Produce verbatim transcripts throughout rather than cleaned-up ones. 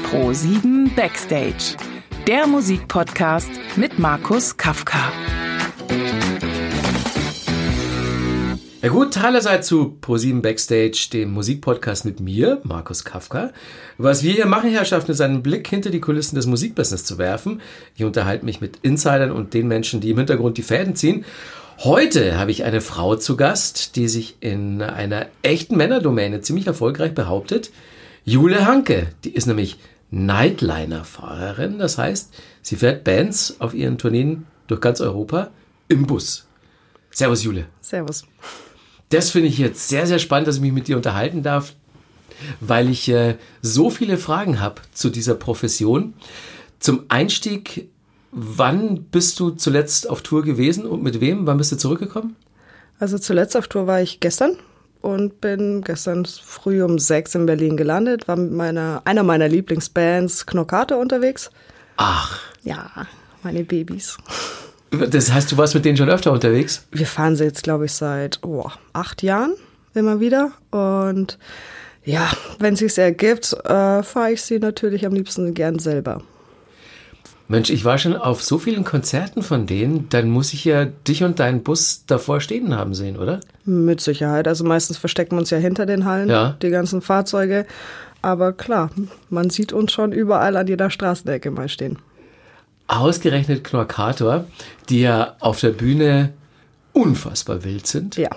ProSieben Backstage, der Musikpodcast mit Markus Kafka. Ja gut, allerseits zu ProSieben Backstage, dem Musikpodcast mit mir, Markus Kafka. Was wir hier machen, Herrschaften, ist einen Blick hinter die Kulissen des Musikbusiness zu werfen. Ich unterhalte mich mit Insidern und den Menschen, die im Hintergrund die Fäden ziehen. Heute habe ich eine Frau zu Gast, die sich in einer echten Männerdomäne ziemlich erfolgreich behauptet. Jule Hanke, die ist nämlich Nightliner-Fahrerin. Das heißt, sie fährt Bands auf ihren Tourneen durch ganz Europa im Bus. Servus, Jule. Servus. Das finde ich jetzt sehr, sehr spannend, dass ich mich mit dir unterhalten darf, weil ich äh, so viele Fragen habe zu dieser Profession. Zum Einstieg, wann bist du zuletzt auf Tour gewesen und mit wem? Wann bist du zurückgekommen? Also zuletzt auf Tour war ich gestern und bin gestern früh um sechs in Berlin gelandet, war mit meiner, einer meiner Lieblingsbands Knockator unterwegs. Ach. Ja, meine Babys. Das heißt, du warst mit denen schon öfter unterwegs? Wir fahren sie jetzt, glaube ich, seit oh, acht Jahren immer wieder. Und ja, wenn es sich ergibt, äh, fahre ich sie natürlich am liebsten gern selber. Mensch, ich war schon auf so vielen Konzerten von denen, dann muss ich ja dich und deinen Bus davor stehen haben sehen, oder? Mit Sicherheit. Also meistens verstecken wir uns ja hinter den Hallen, ja. Die ganzen Fahrzeuge. Aber klar, man sieht uns schon überall an jeder Straßenecke mal stehen. Ausgerechnet Knockator, die ja auf der Bühne unfassbar wild sind. Ja.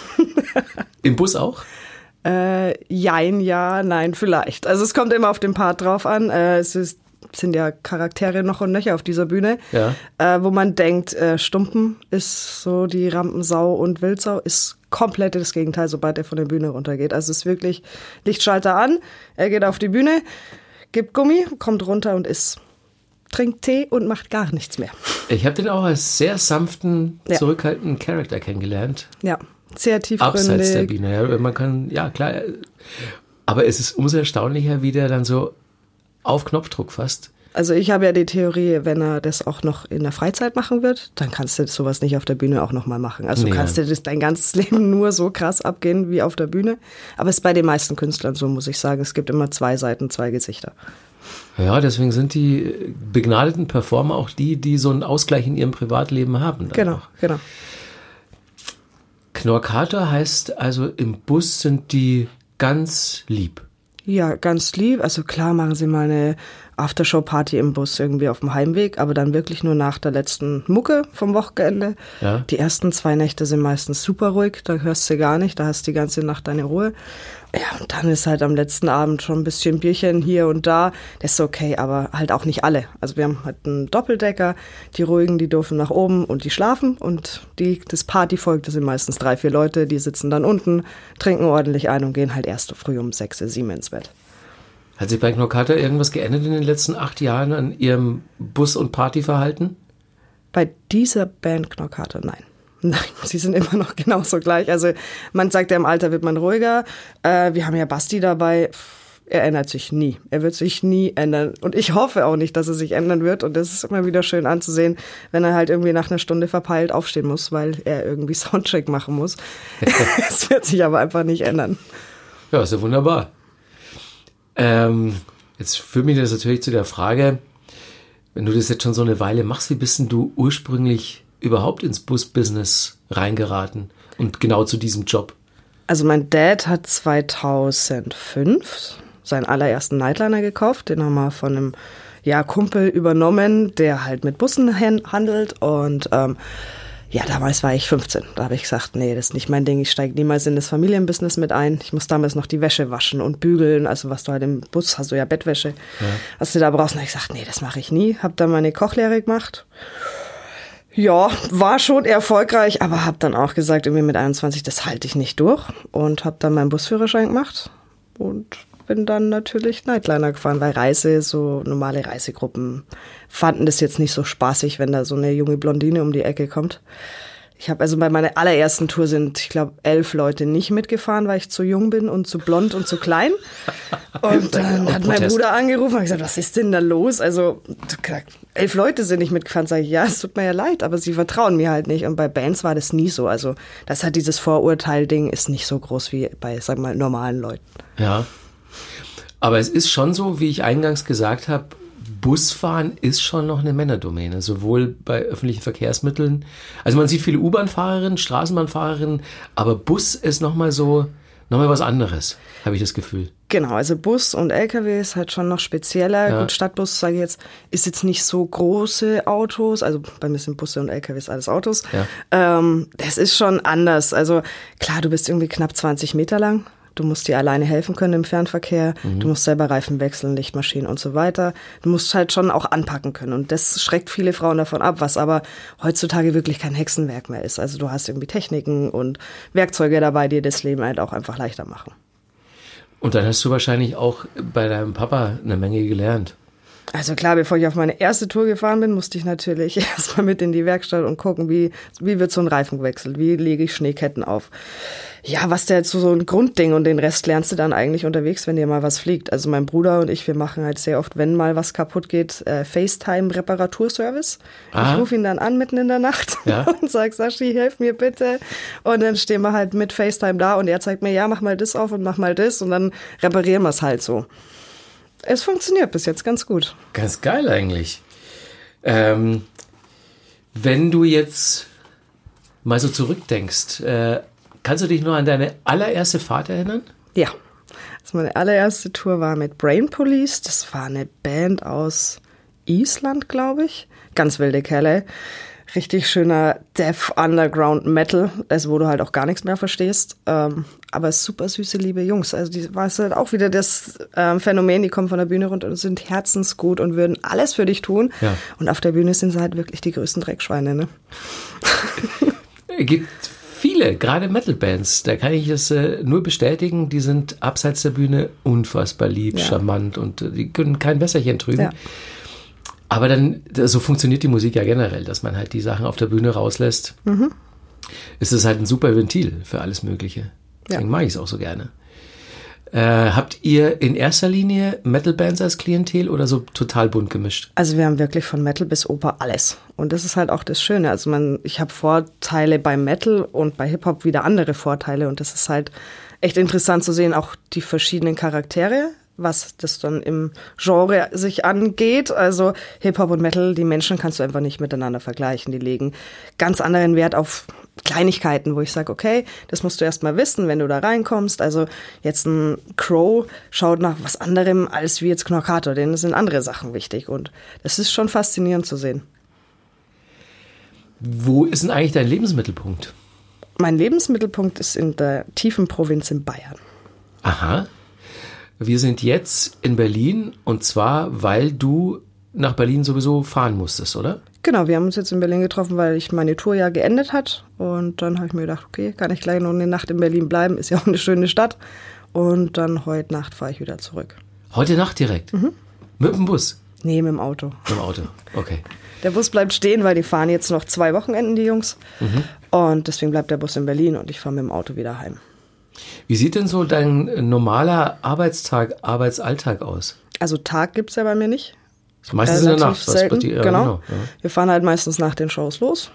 Im Bus auch? Äh, jein, ja, nein, vielleicht. Also es kommt immer auf den Part drauf an. Äh, es ist, sind ja Charaktere noch und nöcher auf dieser Bühne, ja. äh, wo man denkt, äh, Stumpen ist so die Rampensau und Wildsau, ist komplett das Gegenteil, sobald er von der Bühne runtergeht. Also es ist wirklich Lichtschalter an, er geht auf die Bühne, gibt Gummi, kommt runter und ist... trinkt Tee und macht gar nichts mehr. Ich habe den auch als sehr sanften, ja. zurückhaltenden Charakter kennengelernt. Ja, sehr tiefgründig. Abseits der Bühne. Ja, man kann, ja klar, aber es ist umso erstaunlicher, wie der dann so auf Knopfdruck fast. Also ich habe ja die Theorie, wenn er das auch noch in der Freizeit machen wird, dann kannst du sowas nicht auf der Bühne auch nochmal machen. Also nee, du kannst dir das dein ganzes Leben nur so krass abgehen wie auf der Bühne. Aber es ist bei den meisten Künstlern so, muss ich sagen. Es gibt immer zwei Seiten, zwei Gesichter. Ja, deswegen sind die begnadeten Performer auch die, die so einen Ausgleich in ihrem Privatleben haben. Genau, auch. genau. Knockator heißt also, im Bus sind die ganz lieb. Ja, ganz lieb. Also klar machen sie mal eine Aftershow-Party im Bus irgendwie auf dem Heimweg, aber dann wirklich nur nach der letzten Mucke vom Wochenende. Ja. Die ersten zwei Nächte sind meistens super ruhig, da hörst du gar nicht, da hast du die ganze Nacht deine Ruhe. Ja, und dann ist halt am letzten Abend schon ein bisschen Bierchen hier und da. Das ist okay, aber halt auch nicht alle. Also wir haben halt einen Doppeldecker, die Ruhigen, die dürfen nach oben und die schlafen. Und die, das Partyvolk, das sind meistens drei, vier Leute, die sitzen dann unten, trinken ordentlich ein und gehen halt erst so früh um sechs, sieben ins Bett. Hat sich bei Knockator irgendwas geändert in den letzten acht Jahren an ihrem Bus- und Partyverhalten? Bei dieser Band Knockator, nein. Nein, sie sind immer noch genauso gleich. Also man sagt ja, im Alter wird man ruhiger. Äh, wir haben ja Basti dabei. Er ändert sich nie. Er wird sich nie ändern. Und ich hoffe auch nicht, dass er sich ändern wird. Und das ist immer wieder schön anzusehen, wenn er halt irgendwie nach einer Stunde verpeilt aufstehen muss, weil er irgendwie Soundcheck machen muss. Es wird sich aber einfach nicht ändern. Ja, ist ja wunderbar. Ähm, jetzt führt mich das natürlich zu der Frage, wenn du das jetzt schon so eine Weile machst, wie bist denn du ursprünglich überhaupt ins Bus-Business reingeraten und genau zu diesem Job? Also mein Dad hat zweitausendfünf seinen allerersten Nightliner gekauft, den haben wir von einem ja, Kumpel übernommen, der halt mit Bussen handelt und ähm, ja, damals war ich fünfzehn. Da habe ich gesagt, nee, das ist nicht mein Ding. Ich steige niemals in das Familienbusiness mit ein. Ich muss damals noch die Wäsche waschen und bügeln. Also was du halt im Bus hast, du ja Bettwäsche. Ja. Was du da brauchst. Und ich gesagt, nee, das mache ich nie. Habe dann meine Kochlehre gemacht. Ja, war schon erfolgreich, aber habe dann auch gesagt, irgendwie mit einundzwanzig, das halte ich nicht durch. Und habe dann meinen Busführerschein gemacht und bin dann natürlich Nightliner gefahren, weil Reise, so normale Reisegruppen fanden das jetzt nicht so spaßig, wenn da so eine junge Blondine um die Ecke kommt. Ich habe also bei meiner allerersten Tour sind, ich glaube, elf Leute nicht mitgefahren, weil ich zu jung bin und zu blond und zu klein. Und dann hat mein Bruder angerufen und gesagt, was ist denn da los? Also elf Leute sind nicht mitgefahren. Sag ich, ja, es tut mir ja leid, aber sie vertrauen mir halt nicht. Und bei Bands war das nie so. Also das hat dieses Vorurteil-Ding ist nicht so groß wie bei, sag mal, normalen Leuten. Ja. Aber es ist schon so, wie ich eingangs gesagt habe, Busfahren ist schon noch eine Männerdomäne, sowohl bei öffentlichen Verkehrsmitteln. Also man sieht viele U-Bahn-Fahrerinnen, Straßenbahnfahrerinnen, aber Bus ist nochmal so, nochmal was anderes, habe ich das Gefühl. Genau, also Bus und L K W ist halt schon noch spezieller. Ja. Gut, Stadtbus, sage ich jetzt, ist jetzt nicht so große Autos. Also bei mir sind Busse und L K Ws alles Autos. Ja. Ähm, das ist schon anders. Also klar, du bist irgendwie knapp zwanzig Meter lang. Du musst dir alleine helfen können im Fernverkehr. Mhm. Du musst selber Reifen wechseln, Lichtmaschinen und so weiter. Du musst halt schon auch anpacken können. Und das schreckt viele Frauen davon ab, was aber heutzutage wirklich kein Hexenwerk mehr ist. Also du hast irgendwie Techniken und Werkzeuge dabei, die das Leben halt auch einfach leichter machen. Und dann hast du wahrscheinlich auch bei deinem Papa eine Menge gelernt. Also klar, bevor ich auf meine erste Tour gefahren bin, musste ich natürlich erstmal mit in die Werkstatt und gucken, wie, wie wird so ein Reifen gewechselt, wie lege ich Schneeketten auf. Ja, was der jetzt so, so ein Grundding und den Rest lernst du dann eigentlich unterwegs, wenn dir mal was fliegt. Also mein Bruder und ich, wir machen halt sehr oft, wenn mal was kaputt geht, äh, FaceTime-Reparaturservice. Ich rufe ihn dann an mitten in der Nacht ja. und sag, Sashi, hilf mir bitte. Und dann stehen wir halt mit FaceTime da und er zeigt mir, ja, mach mal das auf und mach mal das und dann reparieren wir es halt so. Es funktioniert bis jetzt ganz gut. Ganz geil eigentlich. Ähm, wenn du jetzt mal so zurückdenkst, äh, kannst du dich noch an deine allererste Fahrt erinnern? Ja. Also meine allererste Tour war mit Brain Police. Das war eine Band aus Island, glaube ich. Ganz wilde Kerle. Richtig schöner Death Underground Metal, also wo du halt auch gar nichts mehr verstehst. Ähm, aber super süße, liebe Jungs. Also die war es halt auch wieder das ähm, Phänomen, die kommen von der Bühne runter und sind herzensgut und würden alles für dich tun. Ja. Und auf der Bühne sind sie halt wirklich die größten Dreckschweine, ne? Gibt viele, gerade Metal-Bands, da kann ich das äh, nur bestätigen, die sind abseits der Bühne unfassbar lieb, ja. charmant und äh, die können kein Wässerchen trüben. Ja. Aber dann, so funktioniert die Musik ja generell, dass man halt die Sachen auf der Bühne rauslässt. Mhm. Es ist halt ein super Ventil für alles Mögliche. Deswegen ja. mag ich es auch so gerne. Äh, habt ihr in erster Linie Metal-Bands als Klientel oder so total bunt gemischt? Also wir haben wirklich von Metal bis Oper alles. Und das ist halt auch das Schöne. Also man, ich habe Vorteile bei Metal und bei Hip-Hop wieder andere Vorteile. Und das ist halt echt interessant zu sehen, auch die verschiedenen Charaktere, was das dann im Genre sich angeht. Also Hip-Hop und Metal, die Menschen kannst du einfach nicht miteinander vergleichen. Die legen ganz anderen Wert auf Kleinigkeiten, wo ich sage, okay, das musst du erst mal wissen, wenn du da reinkommst. Also jetzt ein Crow schaut nach was anderem als wie jetzt Knorkator, denen sind andere Sachen wichtig. Und das ist schon faszinierend zu sehen. Wo ist denn eigentlich dein Lebensmittelpunkt? Mein Lebensmittelpunkt ist in der tiefen Provinz in Bayern. Aha. Wir sind jetzt in Berlin und zwar, weil du nach Berlin sowieso fahren musstest, oder? Genau, wir haben uns jetzt in Berlin getroffen, weil ich meine Tour ja geendet hat. Und dann habe ich mir gedacht, okay, kann ich gleich noch eine Nacht in Berlin bleiben, ist ja auch eine schöne Stadt. Und dann heute Nacht fahre ich wieder zurück. Heute Nacht direkt? Mhm. Mit dem Bus? Nee, mit dem Auto. Mit dem Auto, okay. Der Bus bleibt stehen, weil die fahren jetzt noch zwei Wochenenden, die Jungs. Mhm. Und deswegen bleibt der Bus in Berlin und ich fahre mit dem Auto wieder heim. Wie sieht denn so dein normaler Arbeitstag, Arbeitsalltag aus? Also Tag gibt es ja bei mir nicht. Meistens in der Nacht. Was bei dir, ja, genau. genau. Ja. Wir fahren halt meistens nach den Shows los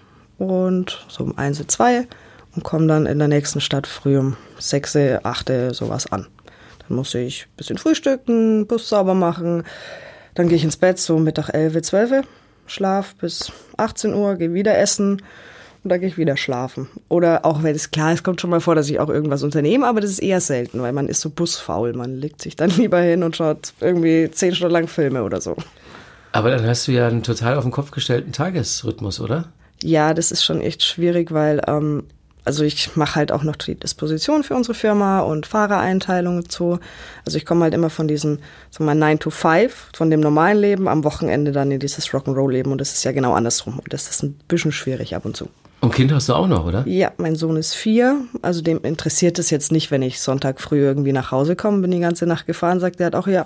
und so um eins, zwei und kommen dann in der nächsten Stadt früh um sechs, acht sowas an. Dann muss ich ein bisschen frühstücken, Bus sauber machen, dann gehe ich ins Bett so Mittag elf, zwölf, schlaf bis achtzehn Uhr, gehe wieder essen. Und dann gehe ich wieder schlafen. Oder auch, wenn es klar ist, kommt schon mal vor, dass ich auch irgendwas unternehme, aber das ist eher selten, weil man ist so busfaul. Man legt sich dann lieber hin und schaut irgendwie zehn Stunden lang Filme oder so. Aber dann hast du ja einen total auf den Kopf gestellten Tagesrhythmus, oder? Ja, das ist schon echt schwierig, weil ähm, also ich mache halt auch noch die Disposition für unsere Firma und Fahrereinteilungen zu. Also ich komme halt immer von diesem, sagen wir mal, nine to five, von dem normalen Leben, am Wochenende dann in dieses Rock'n'Roll-Leben. Und das ist ja genau andersrum. Und das ist ein bisschen schwierig ab und zu. Und Kind hast du auch noch, oder? Ja, mein Sohn ist vier. Also dem interessiert es jetzt nicht, wenn ich Sonntag früh irgendwie nach Hause komme, bin die ganze Nacht gefahren, sagt er halt auch, ja,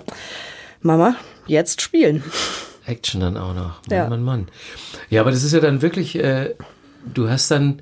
Mama, jetzt spielen. Action dann auch noch. Mann, ja. Mann, Mann. Ja, aber das ist ja dann wirklich, äh, du hast dann,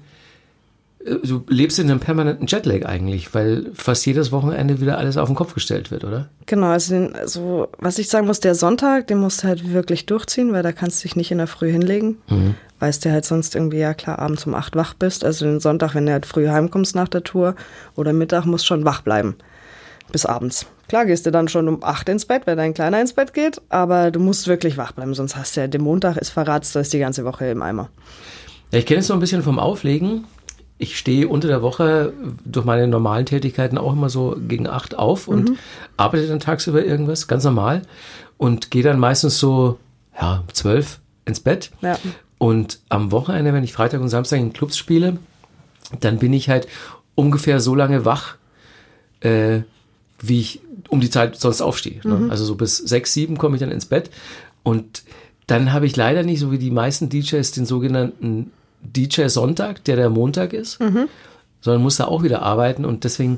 äh, du lebst in einem permanenten Jetlag eigentlich, weil fast jedes Wochenende wieder alles auf den Kopf gestellt wird, oder? Genau, also, den, also was ich sagen muss, der Sonntag, den musst du halt wirklich durchziehen, weil da kannst du dich nicht in der Früh hinlegen. Mhm. Weißt du halt sonst irgendwie, ja klar, abends um acht wach bist. Also den Sonntag, wenn du halt früh heimkommst nach der Tour oder Mittag, musst du schon wach bleiben. Bis abends. Klar gehst du dann schon um acht ins Bett, wenn dein Kleiner ins Bett geht, aber du musst wirklich wach bleiben, sonst hast du ja, der Montag ist verratzt, da ist die ganze Woche im Eimer. Ja, ich kenne es so ein bisschen vom Auflegen. Ich stehe unter der Woche durch meine normalen Tätigkeiten auch immer so gegen acht auf und mhm. arbeite dann tagsüber irgendwas, ganz normal. Und gehe dann meistens so, ja, um zwölf ins Bett. Ja. Und am Wochenende, wenn ich Freitag und Samstag in Clubs spiele, dann bin ich halt ungefähr so lange wach, äh, wie ich um die Zeit sonst aufstehe. Ne? Mhm. Also so bis sechs, sieben komme ich dann ins Bett. Und dann habe ich leider nicht, so wie die meisten D Js, den sogenannten D J-Sonntag, der der Montag ist, mhm. sondern muss da auch wieder arbeiten. Und deswegen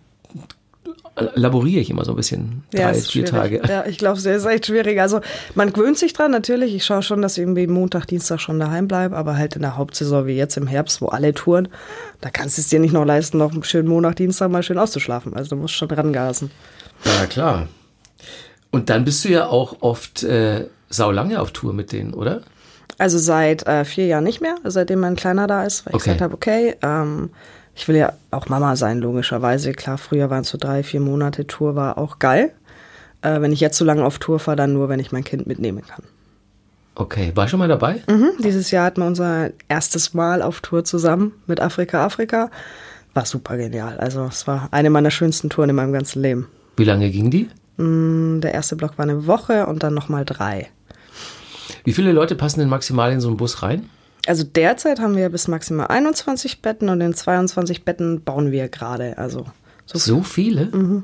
laboriere ich immer so ein bisschen, drei, ja, vier schwierig. Tage. Ja, ich glaube, es ist echt schwierig. Also man gewöhnt sich dran, natürlich. Ich schaue schon, dass ich irgendwie Montag, Dienstag schon daheim bleibe, aber halt in der Hauptsaison wie jetzt im Herbst, wo alle touren, da kannst du es dir nicht noch leisten, noch einen schönen Montag, Dienstag mal schön auszuschlafen. Also du musst schon rangasen. Ja, klar. Und dann bist du ja auch oft äh, saulange auf Tour mit denen, oder? Also seit äh, vier Jahren nicht mehr, seitdem mein Kleiner da ist, weil ich okay. gesagt habe, okay, ähm, ich will ja auch Mama sein, logischerweise. Klar, früher waren es so drei, vier Monate Tour, war auch geil. Äh, wenn ich jetzt so lange auf Tour fahre, dann nur, wenn ich mein Kind mitnehmen kann. Okay, war schon mal dabei? Mhm, dieses Jahr hatten wir unser erstes Mal auf Tour zusammen mit Afrika Afrika. War super genial. Also es war eine meiner schönsten Touren in meinem ganzen Leben. Wie lange ging die? Mm, der erste Block war eine Woche und dann nochmal drei. Wie viele Leute passen denn maximal in so einen Bus rein? Also derzeit haben wir bis maximal einundzwanzig Betten und in zweiundzwanzig Betten bauen wir gerade. Also so, so viele? Mhm.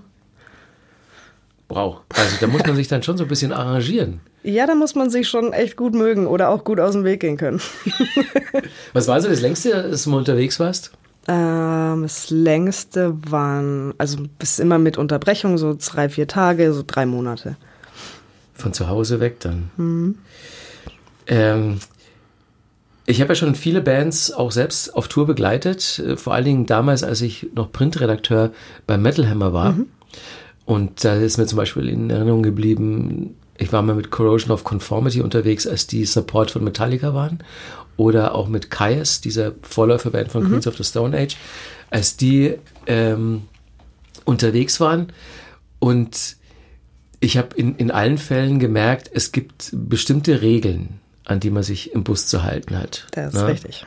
Wow, also da muss man sich dann schon so ein bisschen arrangieren. Ja, da muss man sich schon echt gut mögen oder auch gut aus dem Weg gehen können. Was war so das längste, dass du mal unterwegs warst? Ähm, das längste waren, also bis immer mit Unterbrechung, so drei, vier Tage, so drei Monate. Von zu Hause weg dann. Mhm. Ähm, ich habe ja schon viele Bands auch selbst auf Tour begleitet, vor allen Dingen damals, als ich noch Printredakteur beim Metal Hammer war. Mhm. Und da ist mir zum Beispiel in Erinnerung geblieben, ich war mal mit Corrosion of Conformity unterwegs, als die Support von Metallica waren. Oder auch mit Kyuss, dieser Vorläuferband von mhm. Queens of the Stone Age, als die ähm, unterwegs waren. Und ich habe in, in allen Fällen gemerkt, es gibt bestimmte Regeln, an die man sich im Bus zu halten hat. Das ist Na? richtig.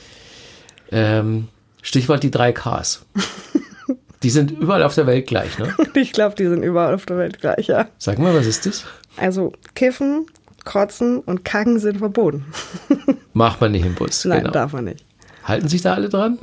Ähm, Stichwort die drei Ks. Die sind überall auf der Welt gleich, ne? Ich glaube, die sind überall auf der Welt gleich, ja. Sag mal, was ist das? Also Kiffen, Kotzen und Kacken sind verboten. Macht man nicht im Bus. Nein, genau. darf man nicht. Halten sich da alle dran?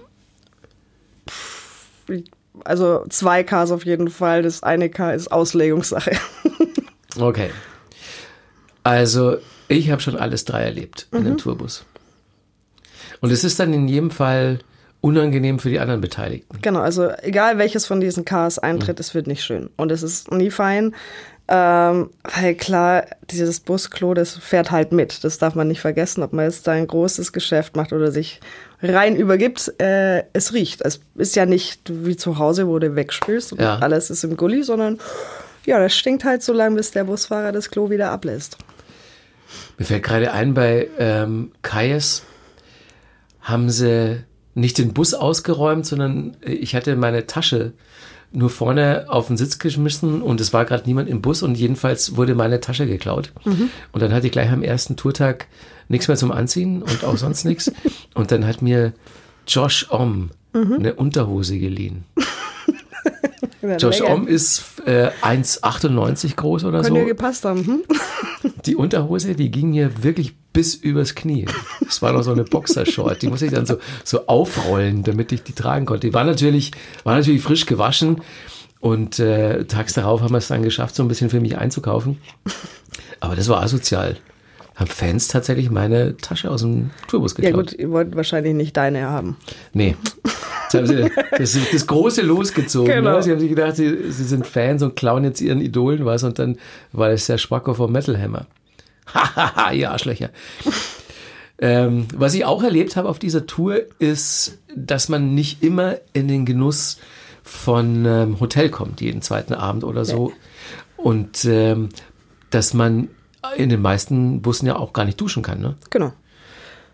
Also zwei Ks auf jeden Fall. Das eine K ist Auslegungssache. Okay. Also ich habe schon alles drei erlebt in mhm. einem Tourbus. Und es ist dann in jedem Fall unangenehm für die anderen Beteiligten. Genau, also egal welches von diesen Ks eintritt, mhm. es wird nicht schön. Und es ist nie fein, ähm, weil klar, dieses Busklo, das fährt halt mit. Das darf man nicht vergessen, ob man jetzt da ein großes Geschäft macht oder sich rein übergibt. Äh, es riecht. Es ist ja nicht wie zu Hause, wo du wegspülst und ja. alles ist im Gully, sondern ja, das stinkt halt so lange, bis der Busfahrer das Klo wieder ablässt. Mir fällt gerade ein, bei ähm, Kyuss haben sie nicht den Bus ausgeräumt, sondern ich hatte meine Tasche nur vorne auf den Sitz geschmissen und es war gerade niemand im Bus und jedenfalls wurde meine Tasche geklaut. Mhm. Und dann hatte ich gleich am ersten Tourtag nichts mehr zum Anziehen und auch sonst nichts. Und dann hat mir Josh Omm mhm. eine Unterhose geliehen. Josh Omm ist äh, eins achtundneunzig groß oder Können so. Könnte gepasst haben. Hm? Die Unterhose, die ging mir wirklich bis übers Knie. Es war noch so eine Boxershort. Die musste ich dann so, so aufrollen, damit ich die tragen konnte. Die war natürlich, war natürlich frisch gewaschen und äh, tags darauf haben wir es dann geschafft, so ein bisschen für mich einzukaufen. Aber das war asozial. Haben Fans tatsächlich meine Tasche aus dem Tourbus geklaut. Ja gut, ihr wollt wahrscheinlich nicht deine haben. Nee. Jetzt haben sie das, das große losgezogen. Genau. Ne? Sie haben sich gedacht, sie, sie sind Fans und klauen jetzt ihren Idolen was und dann war das der Spacko vom Metal Hammer. Hahaha, ihr Arschlöcher. ähm, was ich auch erlebt habe auf dieser Tour ist, dass man nicht immer in den Genuss von ähm, Hotel kommt, jeden zweiten Abend oder so. Ja. Und ähm, dass man in den meisten Bussen ja auch gar nicht duschen kann, ne? Genau.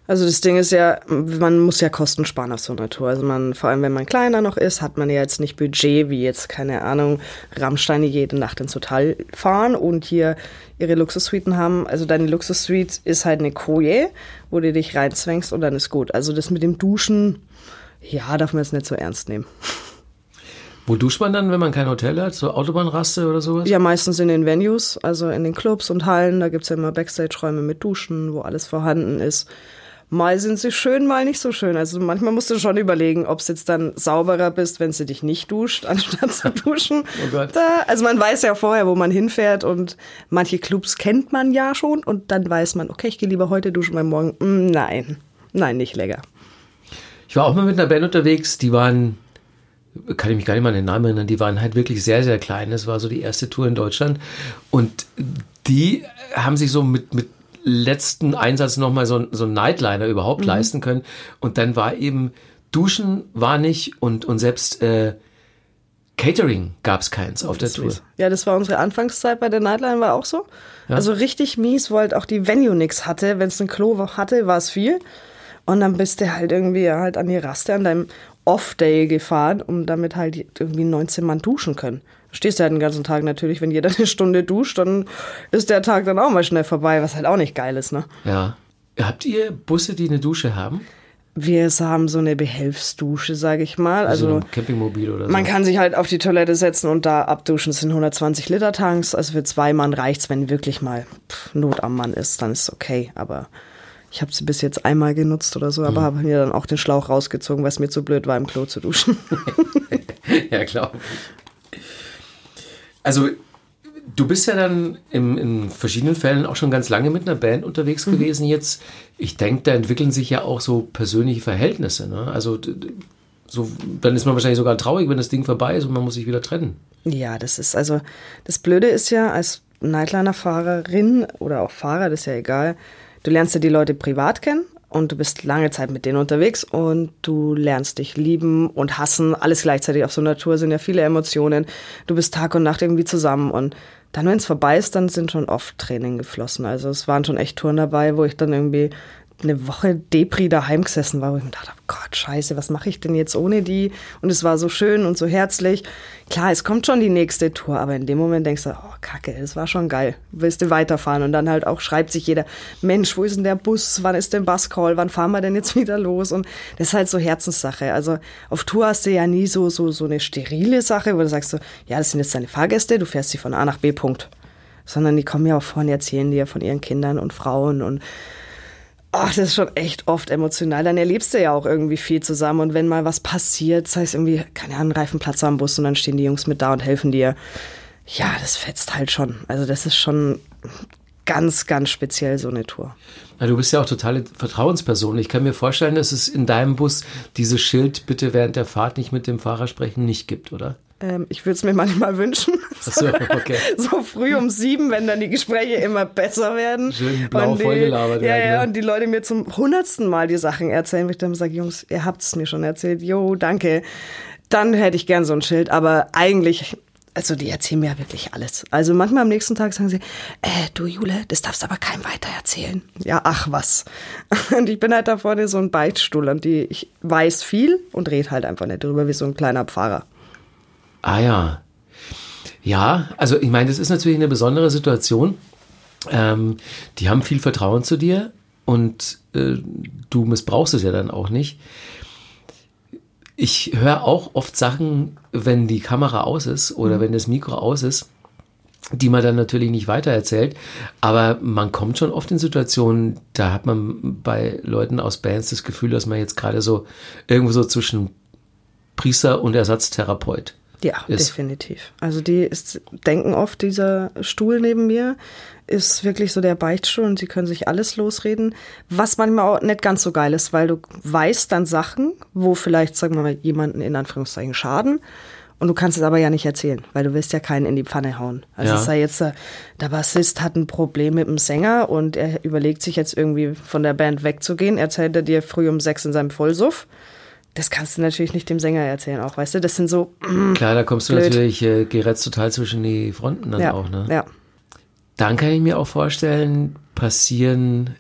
Also das Ding ist ja, man muss ja Kosten sparen auf so einer Tour. Also man, vor allem wenn man kleiner noch ist, hat man ja jetzt nicht Budget, wie jetzt, keine Ahnung, Rammstein, die jede Nacht ins Hotel fahren und hier ihre Luxussuiten haben. Also deine Luxussuite ist halt eine Koje, wo du dich reinzwängst und dann ist gut. Also das mit dem Duschen, ja, darf man jetzt nicht so ernst nehmen. Wo duscht man dann, wenn man kein Hotel hat? So Autobahnraste oder sowas? Ja, meistens in den Venues, also in den Clubs und Hallen. Da gibt's ja immer Backstage-Räume mit Duschen, wo alles vorhanden ist. Mal sind sie schön, mal nicht so schön. Also manchmal musst du schon überlegen, ob es jetzt dann sauberer bist, wenn sie dich nicht duscht, anstatt zu duschen. Oh Gott. Da, also man weiß ja vorher, wo man hinfährt und manche Clubs kennt man ja schon und dann weiß man, okay, ich gehe lieber heute duschen, weil morgen, mm, nein, nein, nicht lecker. Ich war auch mal mit einer Band unterwegs, die waren, kann ich mich gar nicht mal an den Namen erinnern, die waren halt wirklich sehr, sehr klein. Das war so die erste Tour in Deutschland und die haben sich so mit, mit letzten Einsatz nochmal so, so einen Nightliner überhaupt mhm. leisten können. Und dann war eben, Duschen war nicht und, und selbst äh, Catering gab es keins auf der Tour. Ja, das war unsere Anfangszeit bei der Nightliner, war auch so. Ja. Also richtig mies, wo halt auch die Venue nichts hatte. Wenn es ein Klo hatte, war es viel. Und dann bist du halt irgendwie halt an die Raste an deinem Off-Day gefahren, um damit halt irgendwie neunzehn Mann duschen können. Du stehst ja halt den ganzen Tag natürlich, wenn jeder eine Stunde duscht, dann ist der Tag dann auch mal schnell vorbei, was halt auch nicht geil ist, ne? Ja. Habt ihr Busse, die eine Dusche haben? Wir haben so eine Behelfsdusche, sage ich mal. Also so ein Campingmobil oder so. Man kann sich halt auf die Toilette setzen und da abduschen. Es sind hundertzwanzig Liter Tanks. Also für zwei Mann reicht's, wenn wirklich mal pff, Not am Mann ist, dann ist es okay. Aber ich habe sie bis jetzt einmal genutzt oder so, aber mhm. habe mir dann auch den Schlauch rausgezogen, weil es mir zu blöd war, im Klo zu duschen. Ja, glaube ich. Also du bist ja dann im, in verschiedenen Fällen auch schon ganz lange mit einer Band unterwegs mhm. gewesen jetzt. Ich denke, da entwickeln sich ja auch so persönliche Verhältnisse. Ne? Also so, dann ist man wahrscheinlich sogar traurig, wenn das Ding vorbei ist und man muss sich wieder trennen. Ja, das ist also, das Blöde ist ja, als Nightliner-Fahrerin oder auch Fahrer, das ist ja egal, du lernst ja die Leute privat kennen. Und du bist lange Zeit mit denen unterwegs und du lernst dich lieben und hassen. Alles gleichzeitig auf so einer Tour sind ja viele Emotionen. Du bist Tag und Nacht irgendwie zusammen. Und dann, wenn es vorbei ist, dann sind schon oft Tränen geflossen. Also es waren schon echt Touren dabei, wo ich dann irgendwie eine Woche Depri daheim gesessen war, wo ich mir dachte, oh Gott, scheiße, was mache ich denn jetzt ohne die? Und es war so schön und so herzlich. Klar, es kommt schon die nächste Tour, aber in dem Moment denkst du, oh Kacke, das war schon geil. Willst du weiterfahren? Und dann halt auch schreibt sich jeder, Mensch, wo ist denn der Bus? Wann ist denn Buscall? Wann fahren wir denn jetzt wieder los? Und das ist halt so Herzenssache. Also auf Tour hast du ja nie so, so, so eine sterile Sache, wo du sagst so, ja, das sind jetzt deine Fahrgäste, du fährst sie von A nach B, Punkt. Sondern die kommen ja auch vorne, erzählen dir von ihren Kindern und Frauen und ach, das ist schon echt oft emotional. Dann erlebst du ja auch irgendwie viel zusammen. Und wenn mal was passiert, sei es irgendwie, keine Ahnung, Reifenplatz am Bus und dann stehen die Jungs mit da und helfen dir. Ja, das fetzt halt schon. Also das ist schon ganz, ganz speziell, so eine Tour. Na, du bist ja auch totale Vertrauensperson. Ich kann mir vorstellen, dass es in deinem Bus dieses Schild, bitte während der Fahrt nicht mit dem Fahrer sprechen, nicht gibt, oder? Ähm, ich würde es mir manchmal wünschen. Ach so, okay. So früh um sieben, wenn dann die Gespräche immer besser werden. Schön blau vollgelabert werden. Ja, ja, ne? und die Leute mir zum hundertsten Mal die Sachen erzählen, wo ich dann sage, Jungs, ihr habt es mir schon erzählt. Jo, danke. Dann hätte ich gern so ein Schild, aber eigentlich, also die erzählen mir ja wirklich alles. Also manchmal am nächsten Tag sagen sie, äh, du Jule, das darfst aber keinem weiter erzählen. Ja, ach was. Und ich bin halt da vorne so ein Beichtstuhl und die, ich weiß viel und rede halt einfach nicht drüber wie so ein kleiner Pfarrer. Ah ja. Ja, also ich meine, das ist natürlich eine besondere Situation. Ähm, die haben viel Vertrauen zu dir und äh, du missbrauchst es ja dann auch nicht. Ich höre auch oft Sachen, wenn die Kamera aus ist oder mhm. wenn das Mikro aus ist, die man dann natürlich nicht weitererzählt. Aber man kommt schon oft in Situationen, da hat man bei Leuten aus Bands das Gefühl, dass man jetzt gerade so irgendwo so zwischen Priester und Ersatztherapeut Ja, ist. Definitiv. Also die ist, denken oft, dieser Stuhl neben mir ist wirklich so der Beichtstuhl und sie können sich alles losreden, was manchmal auch nicht ganz so geil ist, weil du weißt dann Sachen, wo vielleicht, sagen wir mal, jemanden in Anführungszeichen schaden und du kannst es aber ja nicht erzählen, weil du willst ja keinen in die Pfanne hauen. Also ja. es sei jetzt, der Bassist hat ein Problem mit dem Sänger und er überlegt sich jetzt irgendwie von der Band wegzugehen, erzählt er dir früh um sechs in seinem Vollsuff. Das kannst du natürlich nicht dem Sänger erzählen auch, weißt du? Das sind so mm, Klar, da kommst du blöd. natürlich, äh, gerätst total zwischen die Fronten dann ja, auch, ne? Ja. Dann kann ich mir auch vorstellen, passieren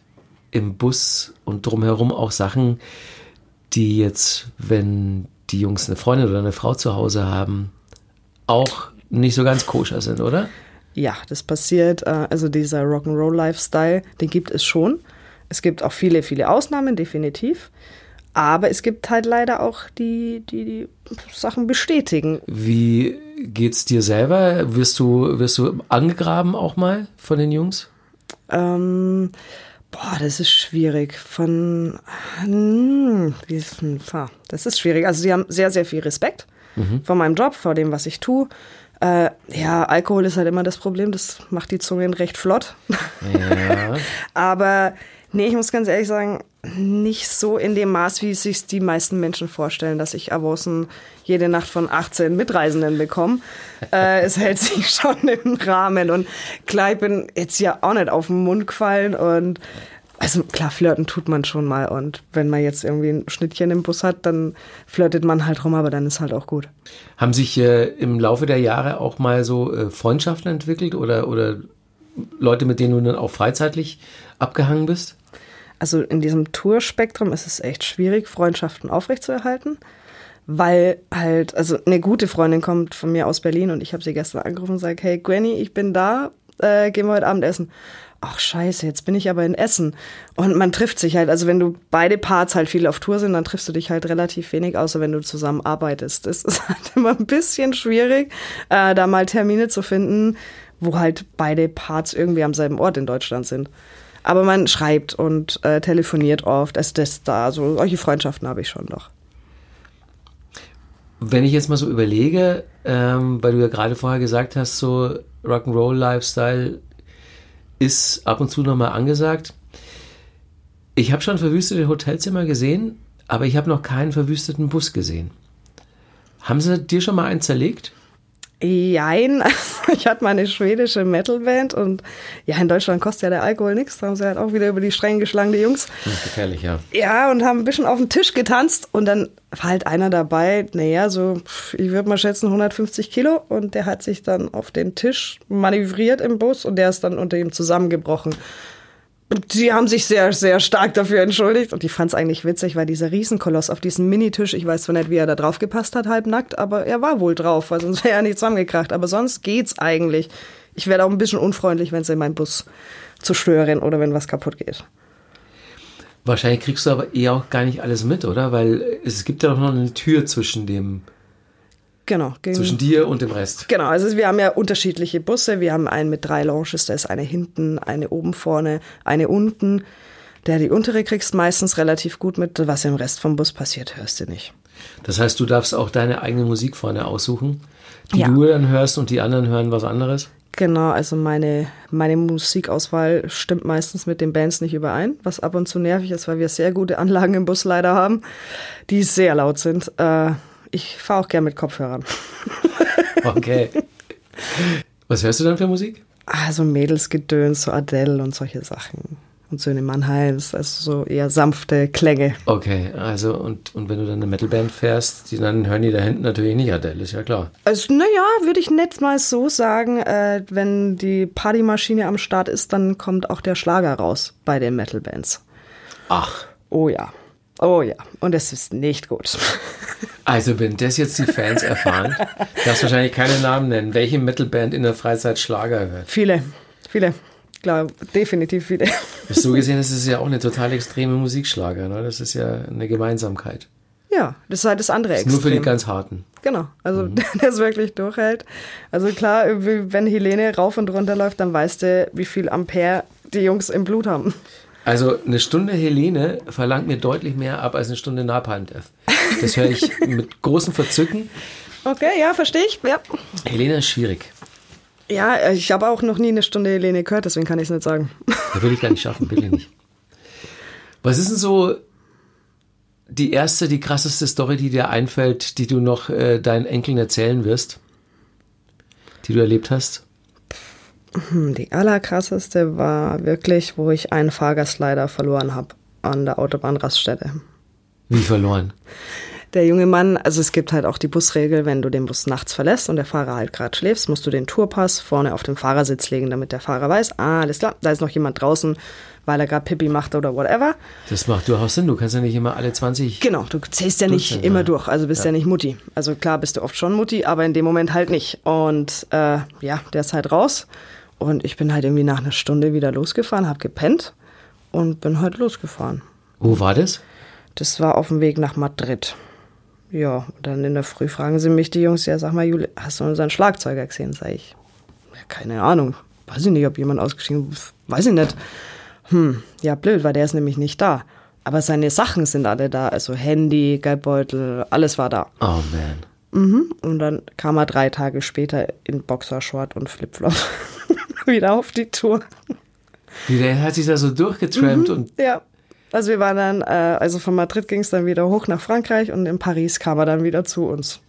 im Bus und drumherum auch Sachen, die jetzt, wenn die Jungs eine Freundin oder eine Frau zu Hause haben, auch nicht so ganz koscher sind, oder? Ja, das passiert. Also dieser Rock'n'Roll-Lifestyle, den gibt es schon. Es gibt auch viele, viele Ausnahmen, definitiv. Aber es gibt halt leider auch die, die, die Sachen bestätigen. Wie geht's dir selber? Wirst du, wirst du angegraben auch mal von den Jungs? Ähm, boah, das ist schwierig. Von, hm, wie ist, das ist schwierig. Also sie haben sehr, sehr viel Respekt mhm. vor meinem Job, vor dem, was ich tue. Äh, ja, Alkohol ist halt immer das Problem. Das macht die Zungen recht flott. Ja. Aber nee, ich muss ganz ehrlich sagen, nicht so in dem Maß, wie sich die meisten Menschen vorstellen, dass ich Avosen jede Nacht von achtzehn Mitreisenden bekomme. äh, es hält sich schon im Rahmen. Und klar, ich bin jetzt ja auch nicht auf den Mund gefallen. Und also klar, flirten tut man schon mal. Und wenn man jetzt irgendwie ein Schnittchen im Bus hat, dann flirtet man halt rum, aber dann ist halt auch gut. Haben sich äh, im Laufe der Jahre auch mal so äh, Freundschaften entwickelt oder, oder Leute, mit denen du dann auch freizeitlich abgehangen bist? Also in diesem Tourspektrum ist es echt schwierig, Freundschaften aufrechtzuerhalten, weil halt, also eine gute Freundin kommt von mir aus Berlin und ich habe sie gestern angerufen und sage, hey Granny, ich bin da, äh, gehen wir heute Abend essen. Ach scheiße, jetzt bin ich aber in Essen. Und man trifft sich halt, also wenn du beide Parts halt viel auf Tour sind, dann triffst du dich halt relativ wenig, außer wenn du zusammen arbeitest. Das ist halt immer ein bisschen schwierig, äh, da mal Termine zu finden, wo halt beide Parts irgendwie am selben Ort in Deutschland sind. Aber man schreibt und äh, telefoniert oft. Also das da, so solche Freundschaften habe ich schon noch. Wenn ich jetzt mal so überlege, ähm, weil du ja gerade vorher gesagt hast, so Rock'n'Roll-Lifestyle ist ab und zu nochmal angesagt. Ich habe schon verwüstete Hotelzimmer gesehen, aber ich habe noch keinen verwüsteten Bus gesehen. Haben sie dir schon mal einen zerlegt? Jein, also ich hatte mal eine schwedische Metalband und ja, in Deutschland kostet ja der Alkohol nichts, da haben sie halt auch wieder über die Stränge geschlagen, die Jungs. Das ist gefährlich, ja. Ja, und haben ein bisschen auf den Tisch getanzt und dann war halt einer dabei, naja, so, ich würde mal schätzen hundertfünfzig Kilo und der hat sich dann auf den Tisch manövriert im Bus und der ist dann unter ihm zusammengebrochen. Und die haben sich sehr, sehr stark dafür entschuldigt. Und ich fand es eigentlich witzig, weil dieser Riesenkoloss auf diesem Minitisch, ich weiß zwar nicht, wie er da drauf gepasst hat, halbnackt, aber er war wohl drauf, weil sonst wäre er nicht zusammengekracht. Aber sonst geht's eigentlich. Ich werde auch ein bisschen unfreundlich, wenn sie in meinen Bus zu stören oder wenn was kaputt geht. Wahrscheinlich kriegst du aber eh auch gar nicht alles mit, oder? Weil es gibt ja doch noch eine Tür zwischen dem... Genau. Zwischen dir und dem Rest. Genau, also wir haben ja unterschiedliche Busse. Wir haben einen mit drei Lounges, da ist eine hinten, eine oben vorne, eine unten. Der die untere kriegst meistens relativ gut mit. Was im Rest vom Bus passiert, hörst du nicht. Das heißt, du darfst auch deine eigene Musik vorne aussuchen, die ja. du dann hörst und die anderen hören was anderes? Genau, also meine, meine Musikauswahl stimmt meistens mit den Bands nicht überein, was ab und zu nervig ist, weil wir sehr gute Anlagen im Bus leider haben, die sehr laut sind. Äh, Ich fahre auch gern mit Kopfhörern. Okay. Was hörst du dann für Musik? Also Mädelsgedöns, so Adele und solche Sachen. Und Söhne Mannheims, also so eher sanfte Klänge. Okay, also und, und wenn du dann eine Metalband fährst, die, dann hören die da hinten natürlich nicht Adele, ist ja klar. Also naja, würde ich nicht mal so sagen, äh, wenn die Partymaschine am Start ist, dann kommt auch der Schlager raus bei den Metalbands. Ach. Oh ja. Oh ja, und es ist nicht gut. Also wenn das jetzt die Fans erfahren, darfst du wahrscheinlich keine Namen nennen. Welche Metalband in der Freizeit Schlager hört? Viele, viele. Klar, definitiv viele. So gesehen ist es ja auch eine total extreme Musikschlager. Ne? Das ist ja eine Gemeinsamkeit. Ja, das ist halt das andere das ist Extrem. Nur für die ganz Harten. Genau, also mhm. der es wirklich durchhält. Also klar, wenn Helene rauf und runter läuft, dann weißt du, wie viel Ampere die Jungs im Blut haben. Also eine Stunde Helene verlangt mir deutlich mehr ab als eine Stunde Napalm Death. Das höre ich mit großem Verzücken. Okay, ja, verstehe ich. Ja. Helene ist schwierig. Ja, ich habe auch noch nie eine Stunde Helene gehört, deswegen kann ich es nicht sagen. Das will ich gar nicht schaffen, bitte nicht. Was ist denn so die erste, die krasseste Story, die dir einfällt, die du noch äh, deinen Enkeln erzählen wirst, die du erlebt hast? Die allerkrasseste war wirklich, wo ich einen Fahrgast leider verloren habe an der Autobahnraststätte. Wie verloren? der junge Mann, also es gibt halt auch die Busregel, wenn du den Bus nachts verlässt und der Fahrer halt gerade schläft, musst du den Tourpass vorne auf den Fahrersitz legen, damit der Fahrer weiß, ah, alles klar, da ist noch jemand draußen, weil er gerade Pipi macht oder whatever. Das macht durchaus Sinn, du kannst ja nicht immer alle zwanzig... Genau, du zählst ja nicht Dutzend, immer ja. durch, also bist ja. ja nicht Mutti. Also klar bist du oft schon Mutti, aber in dem Moment halt nicht. Und äh, ja, der ist halt raus und ich bin halt irgendwie nach einer Stunde wieder losgefahren, hab gepennt und bin halt losgefahren. Wo war das? Das war auf dem Weg nach Madrid. Ja, und dann in der Früh fragen sie mich die Jungs, ja sag mal Juli, hast du unseren Schlagzeuger gesehen? Sag ich, ja, keine Ahnung, weiß ich nicht, ob jemand ausgestiegen ist, weiß ich nicht. Hm, ja blöd, weil der ist nämlich nicht da. Aber seine Sachen sind alle da, also Handy, Geldbeutel, alles war da. Oh man. Mhm. Und dann kam er drei Tage später in Boxershort und Flipflop wieder auf die Tour. Wie, der hat sich da so durchgetrampt Mhm, und... Ja, also wir waren dann, äh, also von Madrid ging es dann wieder hoch nach Frankreich und in Paris kam er dann wieder zu uns.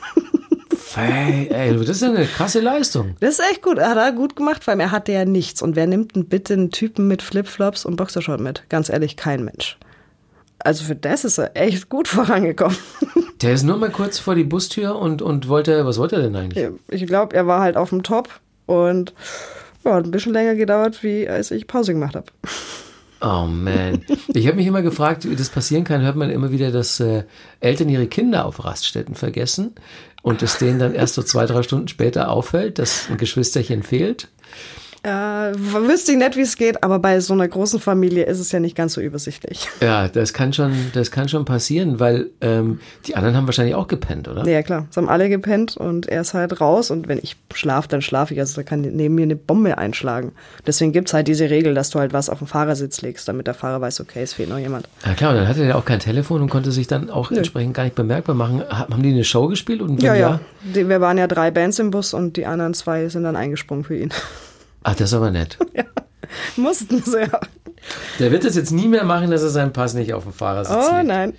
Hey, ey, das ist ja eine krasse Leistung. Das ist echt gut, hat er gut gemacht, weil er hatte ja nichts. Und wer nimmt denn bitte einen Typen mit Flipflops und Boxershort mit? Ganz ehrlich, kein Mensch. Also für das ist er echt gut vorangekommen. Der ist nur mal kurz vor die Bustür und, und wollte, was wollte er denn eigentlich? Ich glaube, er war halt auf dem Top und ja, hat ein bisschen länger gedauert, wie als ich Pause gemacht habe. Oh man. Ich habe mich immer gefragt, wie das passieren kann, hört man immer wieder, dass äh, Eltern ihre Kinder auf Raststätten vergessen und es denen dann erst so zwei, drei Stunden später auffällt, dass ein Geschwisterchen fehlt. Äh, wüsste ich nicht, wie es geht, aber bei so einer großen Familie ist es ja nicht ganz so übersichtlich. Ja, das kann schon, das kann schon passieren, weil ähm, die anderen haben wahrscheinlich auch gepennt, oder? Ja, klar. Es haben alle gepennt und er ist halt raus und wenn ich schlafe, dann schlafe ich. Also da kann neben mir eine Bombe einschlagen. Deswegen gibt es halt diese Regel, dass du halt was auf den Fahrersitz legst, damit der Fahrer weiß, okay, es fehlt noch jemand. Ja klar, und dann hatte er auch kein Telefon und konnte sich dann auch Nö. entsprechend gar nicht bemerkbar machen. Haben die eine Show gespielt? Und wenn Ja, ja. ja? Die, wir waren ja drei Bands im Bus und die anderen zwei sind dann eingesprungen für ihn. Ach, das ist aber nett. Ja, mussten sie ja. Der wird es jetzt nie mehr machen, dass er seinen Pass nicht auf dem Fahrersitz Oh legt. nein.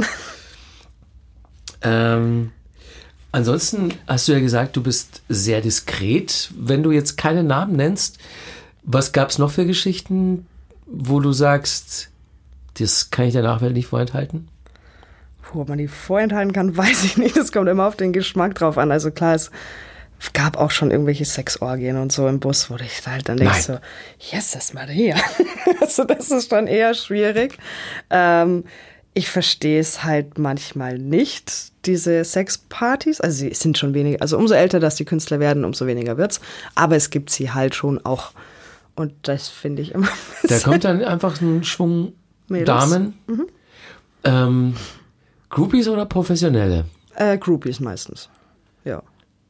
Ähm, ansonsten hast du ja gesagt, du bist sehr diskret. Wenn du jetzt keine Namen nennst, was gab es noch für Geschichten, wo du sagst, das kann ich der Nachwelt nicht vorenthalten? Puh, ob man die vorenthalten kann, weiß ich nicht. Das kommt immer auf den Geschmack drauf an. Also klar, es gab auch schon irgendwelche Sexorgien und so im Bus, wo ich halt dann denke so, Jesus Maria. Also das ist schon eher schwierig. Ähm, ich verstehe es halt manchmal nicht, diese Sexpartys. Also sie sind schon weniger, also umso älter, dass die Künstler werden, umso weniger wird's. Aber es gibt sie halt schon auch. Und das finde ich immer. Da kommt dann einfach ein Schwung Mädels. Damen. Mhm. Ähm, Groupies oder Professionelle? Äh, Groupies meistens, ja.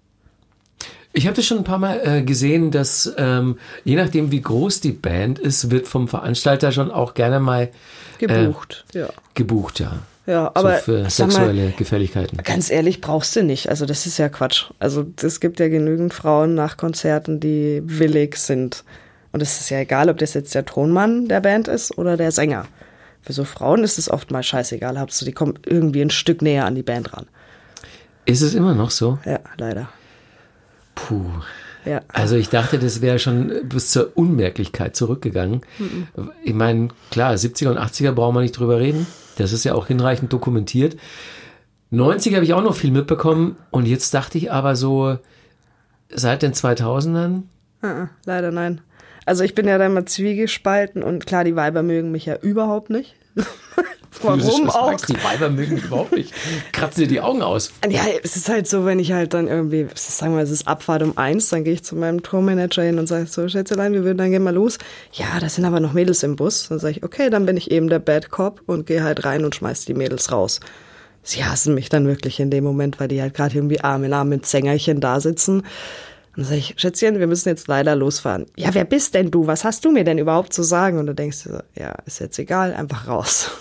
Ich habe das schon ein paar Mal äh, gesehen, dass ähm, je nachdem, wie groß die Band ist, wird vom Veranstalter schon auch gerne mal Gebucht, äh, ja. Gebucht, ja. Ja, aber so für sag sexuelle mal, Gefälligkeiten. Ganz ehrlich, brauchst du nicht. Also das ist ja Quatsch. Also es gibt ja genügend Frauen nach Konzerten, die willig sind. Und es ist ja egal, ob das jetzt der Tonmann der Band ist oder der Sänger. Für so Frauen ist es oft mal scheißegal. Hauptsache, die kommen irgendwie ein Stück näher an die Band ran. Ist es immer noch so? Ja, leider. Puh. Ja. Also ich dachte, das wäre schon bis zur Unmerklichkeit zurückgegangen. Mhm. Ich meine, klar, siebziger und achtziger brauchen wir nicht drüber reden. Das ist ja auch hinreichend dokumentiert. neunziger habe ich auch noch viel mitbekommen. Und jetzt dachte ich aber so, seit den zweitausendern? Uh-uh, leider nein. Also ich bin ja da immer zwiegespalten und klar, die Weiber mögen mich ja überhaupt nicht. Warum auch? Sagst, die Weiber mögen mich überhaupt nicht. Kratzen dir die Augen aus. Ja, es ist halt so, wenn ich halt dann irgendwie, sagen wir, es ist Abfahrt um eins, dann gehe ich zu meinem Tourmanager hin und sage so, Schätzelein, wir würden dann gerne mal los. Ja, da sind aber noch Mädels im Bus. Dann sage ich, okay, dann bin ich eben der Bad Cop und gehe halt rein und schmeiß die Mädels raus. Sie hassen mich dann wirklich in dem Moment, weil die halt gerade irgendwie Arm in Arm mit Sängerchen da sitzen. Und dann sage ich, Schätzchen, wir müssen jetzt leider losfahren. Ja, wer bist denn du? Was hast du mir denn überhaupt zu sagen? Und dann denkst du so, ja, ist jetzt egal, einfach raus.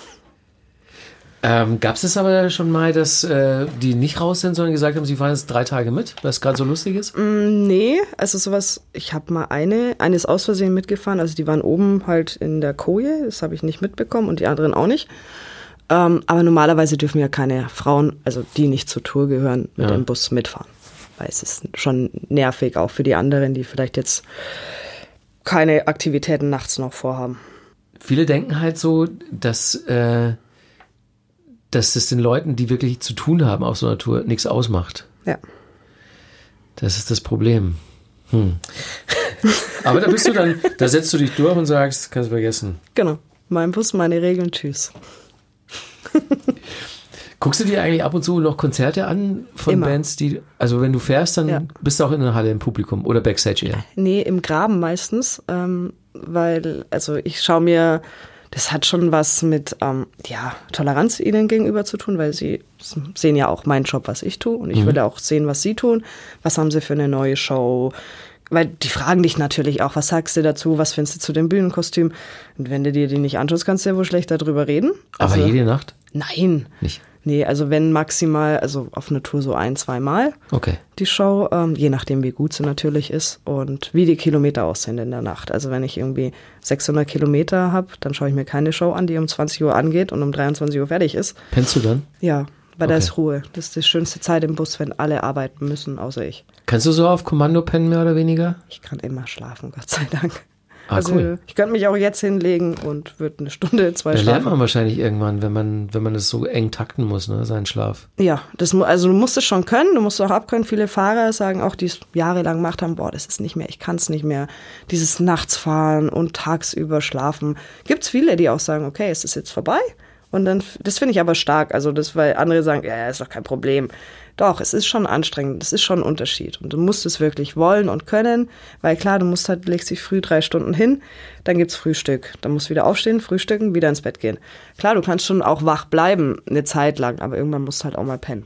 Ähm, Gab es das aber schon mal, dass äh, die nicht raus sind, sondern gesagt haben, sie fahren jetzt drei Tage mit, was gerade so lustig ist? Mm, nee, also sowas, ich habe mal eine, eine ist aus Versehen mitgefahren, also die waren oben halt in der Koje, das habe ich nicht mitbekommen und die anderen auch nicht. Ähm, aber normalerweise dürfen ja keine Frauen, also die nicht zur Tour gehören, mit ja. dem Bus mitfahren. Weil es ist schon nervig, auch für die anderen, die vielleicht jetzt keine Aktivitäten nachts noch vorhaben. Viele denken halt so, dass äh, dass es den Leuten, die wirklich zu tun haben auf so einer Tour, nichts ausmacht. Ja. Das ist das Problem. Hm. Aber da bist du dann, da setzt du dich durch und sagst, kannst du vergessen. Genau. Mein Bus, meine Regeln, tschüss. Guckst du dir eigentlich ab und zu noch Konzerte an von Immer. Bands, die, also wenn du fährst, dann Ja. bist du auch in der Halle im Publikum oder Backstage eher? Nee, im Graben meistens, ähm, weil, also ich schaue mir, das hat schon was mit, ähm, ja, Toleranz ihnen gegenüber zu tun, weil sie sehen ja auch meinen Job, was ich tue und ich Mhm. will auch sehen, was sie tun. Was haben sie für eine neue Show? Weil die fragen dich natürlich auch, was sagst du dazu, was findest du zu dem Bühnenkostüm? Und wenn du dir die nicht anschaust, kannst du ja wohl schlecht darüber reden. Aber Also, jede Nacht? Nein. Nicht. Nee, also wenn maximal, also auf einer Tour so ein, zwei Mal Okay. die Show, ähm, je nachdem wie gut sie natürlich ist und wie die Kilometer aussehen in der Nacht. Also wenn ich irgendwie sechshundert Kilometer habe, dann schaue ich mir keine Show an, die um zwanzig Uhr angeht und um dreiundzwanzig Uhr fertig ist. Pennst du dann? Ja, weil da Okay. ist Ruhe. Das ist die schönste Zeit im Bus, wenn alle arbeiten müssen, außer ich. Kannst du so auf Kommando pennen, mehr oder weniger? Ich kann immer schlafen, Gott sei Dank. Ah, also cool. ich könnte mich auch jetzt hinlegen und würde eine Stunde, zwei Da lernt schlafen. man wahrscheinlich irgendwann, wenn man, wenn man das so eng takten muss, ne, seinen Schlaf. Ja, das, mu- also du musst es schon können, du musst es auch abkönnen. Viele Fahrer sagen auch, die es jahrelang gemacht haben, boah, das ist nicht mehr, ich kann es nicht mehr. Dieses Nachtsfahren und tagsüber schlafen. Gibt's viele, die auch sagen, okay, ist das jetzt vorbei? Und dann, das finde ich aber stark, also das, weil andere sagen, ja, ist doch kein Problem. Doch, es ist schon anstrengend, es ist schon ein Unterschied. Und du musst es wirklich wollen und können, weil klar, du musst halt, legst dich früh drei Stunden hin, dann gibt's Frühstück. Dann musst du wieder aufstehen, frühstücken, wieder ins Bett gehen. Klar, du kannst schon auch wach bleiben, eine Zeit lang, aber irgendwann musst du halt auch mal pennen.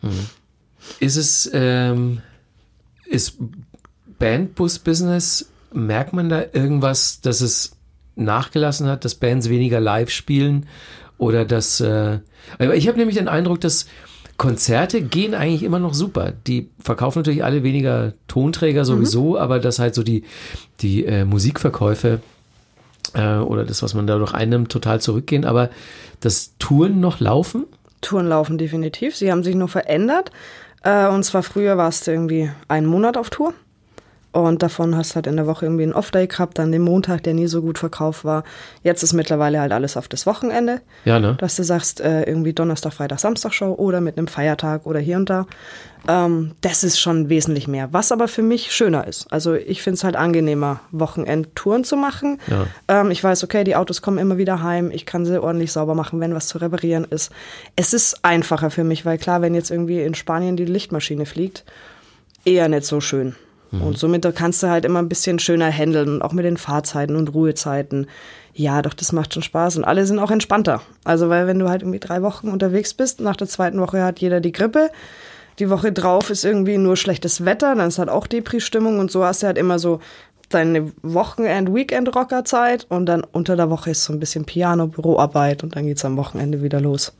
Ist es, ähm, ist Bandbus-Business, merkt man da irgendwas, dass es nachgelassen hat, dass Bands weniger live spielen oder dass, äh, ich habe nämlich den Eindruck, dass Konzerte gehen eigentlich immer noch super. Die verkaufen natürlich alle weniger Tonträger sowieso, aber dass halt so die, die äh, Musikverkäufe äh, oder das, was man dadurch einnimmt, total zurückgehen, aber dass Touren noch laufen? Touren laufen definitiv. Sie haben sich nur verändert. Äh, und zwar früher warst du irgendwie einen Monat auf Tour. Und davon hast du halt in der Woche irgendwie einen Off-Day gehabt, dann den Montag, der nie so gut verkauft war. Jetzt ist mittlerweile halt alles auf das Wochenende. Ja, ne? Dass du sagst, äh, irgendwie Donnerstag, Freitag, Samstag Show oder mit einem Feiertag oder hier und da. Ähm, das ist schon wesentlich mehr. Was aber für mich schöner ist. Also ich finde es halt angenehmer, Wochenendtouren zu machen. Ja. Ähm, ich weiß, okay, die Autos kommen immer wieder heim. Ich kann sie ordentlich sauber machen, wenn was zu reparieren ist. Es ist einfacher für mich, weil klar, wenn jetzt irgendwie in Spanien die Lichtmaschine fliegt, eher nicht so schön. Und somit kannst du halt immer ein bisschen schöner handeln und auch mit den Fahrzeiten und Ruhezeiten. Ja, doch, das macht schon Spaß und alle sind auch entspannter. Also, weil wenn du halt irgendwie drei Wochen unterwegs bist, nach der zweiten Woche hat jeder die Grippe, die Woche drauf ist irgendwie nur schlechtes Wetter, dann ist halt auch Depri-Stimmung und so hast du halt immer so deine Wochenend-Weekend-Rocker-Zeit und dann unter der Woche ist so ein bisschen Piano, Büroarbeit und dann geht's am Wochenende wieder los.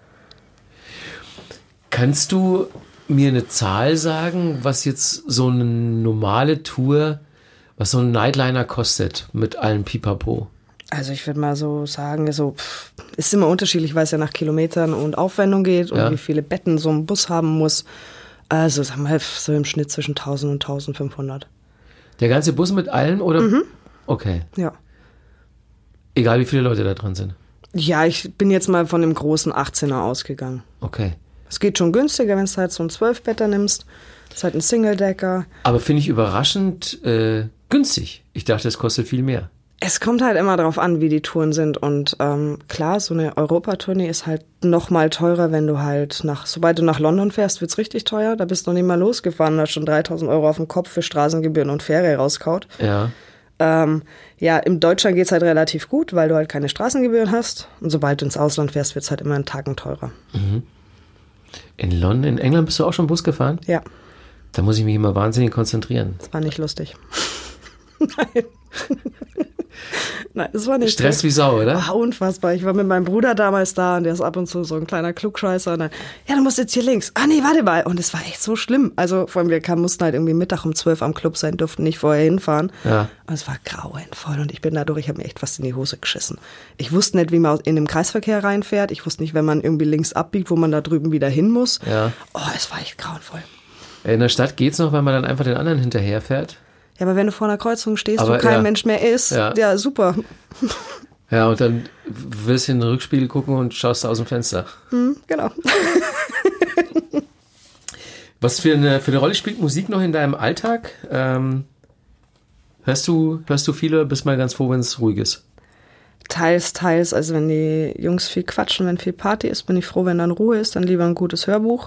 Kannst du mir eine Zahl sagen, was jetzt so eine normale Tour, was so ein Nightliner kostet mit allem Pipapo? Also ich würde mal so sagen, so pff, ist immer unterschiedlich, weil es ja nach Kilometern und Aufwendung geht und Ja. wie viele Betten so ein Bus haben muss. Also sagen wir so im Schnitt zwischen tausend und eintausendfünfhundert. Der ganze Bus mit allem oder? Okay. Ja. Egal wie viele Leute da dran sind. Ja, ich bin jetzt mal von dem großen achtzehner ausgegangen. Okay. Es geht schon günstiger, wenn du halt so einen zwölf-Better nimmst. Das ist halt ein Single-Decker. Aber finde ich überraschend äh, günstig. Ich dachte, es kostet viel mehr. Es kommt halt immer darauf an, wie die Touren sind. Und ähm, klar, so eine Europatournee ist halt noch mal teurer, wenn du halt nach, sobald du nach London fährst, wird's richtig teuer. Da bist du noch nicht mal losgefahren, hast schon dreitausend Euro auf dem Kopf für Straßengebühren und Fähre rauskaut. Ja. Ähm, ja, in Deutschland geht's halt relativ gut, weil du halt keine Straßengebühren hast. Und sobald du ins Ausland fährst, wird's halt immer einen Tacken teurer. In London, in England bist du auch schon Bus gefahren? Ja, Da muss ich mich immer wahnsinnig konzentrieren. das war nicht lustig. Nein. Nein, das war nicht Stress wie Sau, oder? Ah, unfassbar. Ich war mit meinem Bruder damals da und der ist ab und zu so ein kleiner Klugscheißer. Und dann, ja, du musst jetzt hier links. Ah, nee, warte mal. Und es war echt so schlimm. Also vor allem, wir kamen, mussten halt irgendwie Mittag um zwölf am Club sein, durften nicht vorher hinfahren. Ja. Und es war grauenvoll und ich bin dadurch, ich habe mir echt fast in die Hose geschissen. Ich wusste nicht, wie man in den Kreisverkehr reinfährt. Ich wusste nicht, wenn man irgendwie links abbiegt, wo man da drüben wieder hin muss. Ja. Oh, es war echt grauenvoll. In der Stadt geht's noch, weil man dann einfach den anderen hinterherfährt. Ja, aber wenn du vor einer Kreuzung stehst, Aber wo kein ja. Mensch mehr ist, Ja. ja, super. Ja, und dann wirst in den Rückspiegel gucken und schaust aus dem Fenster. Hm, genau. Was für eine, für eine Rolle spielt Musik noch in deinem Alltag? Ähm, hörst du, hörst du viel oder bist mal ganz froh, wenn es ruhig ist? Teils, teils. Also wenn die Jungs viel quatschen, wenn viel Party ist, bin ich froh, wenn dann Ruhe ist, dann lieber ein gutes Hörbuch.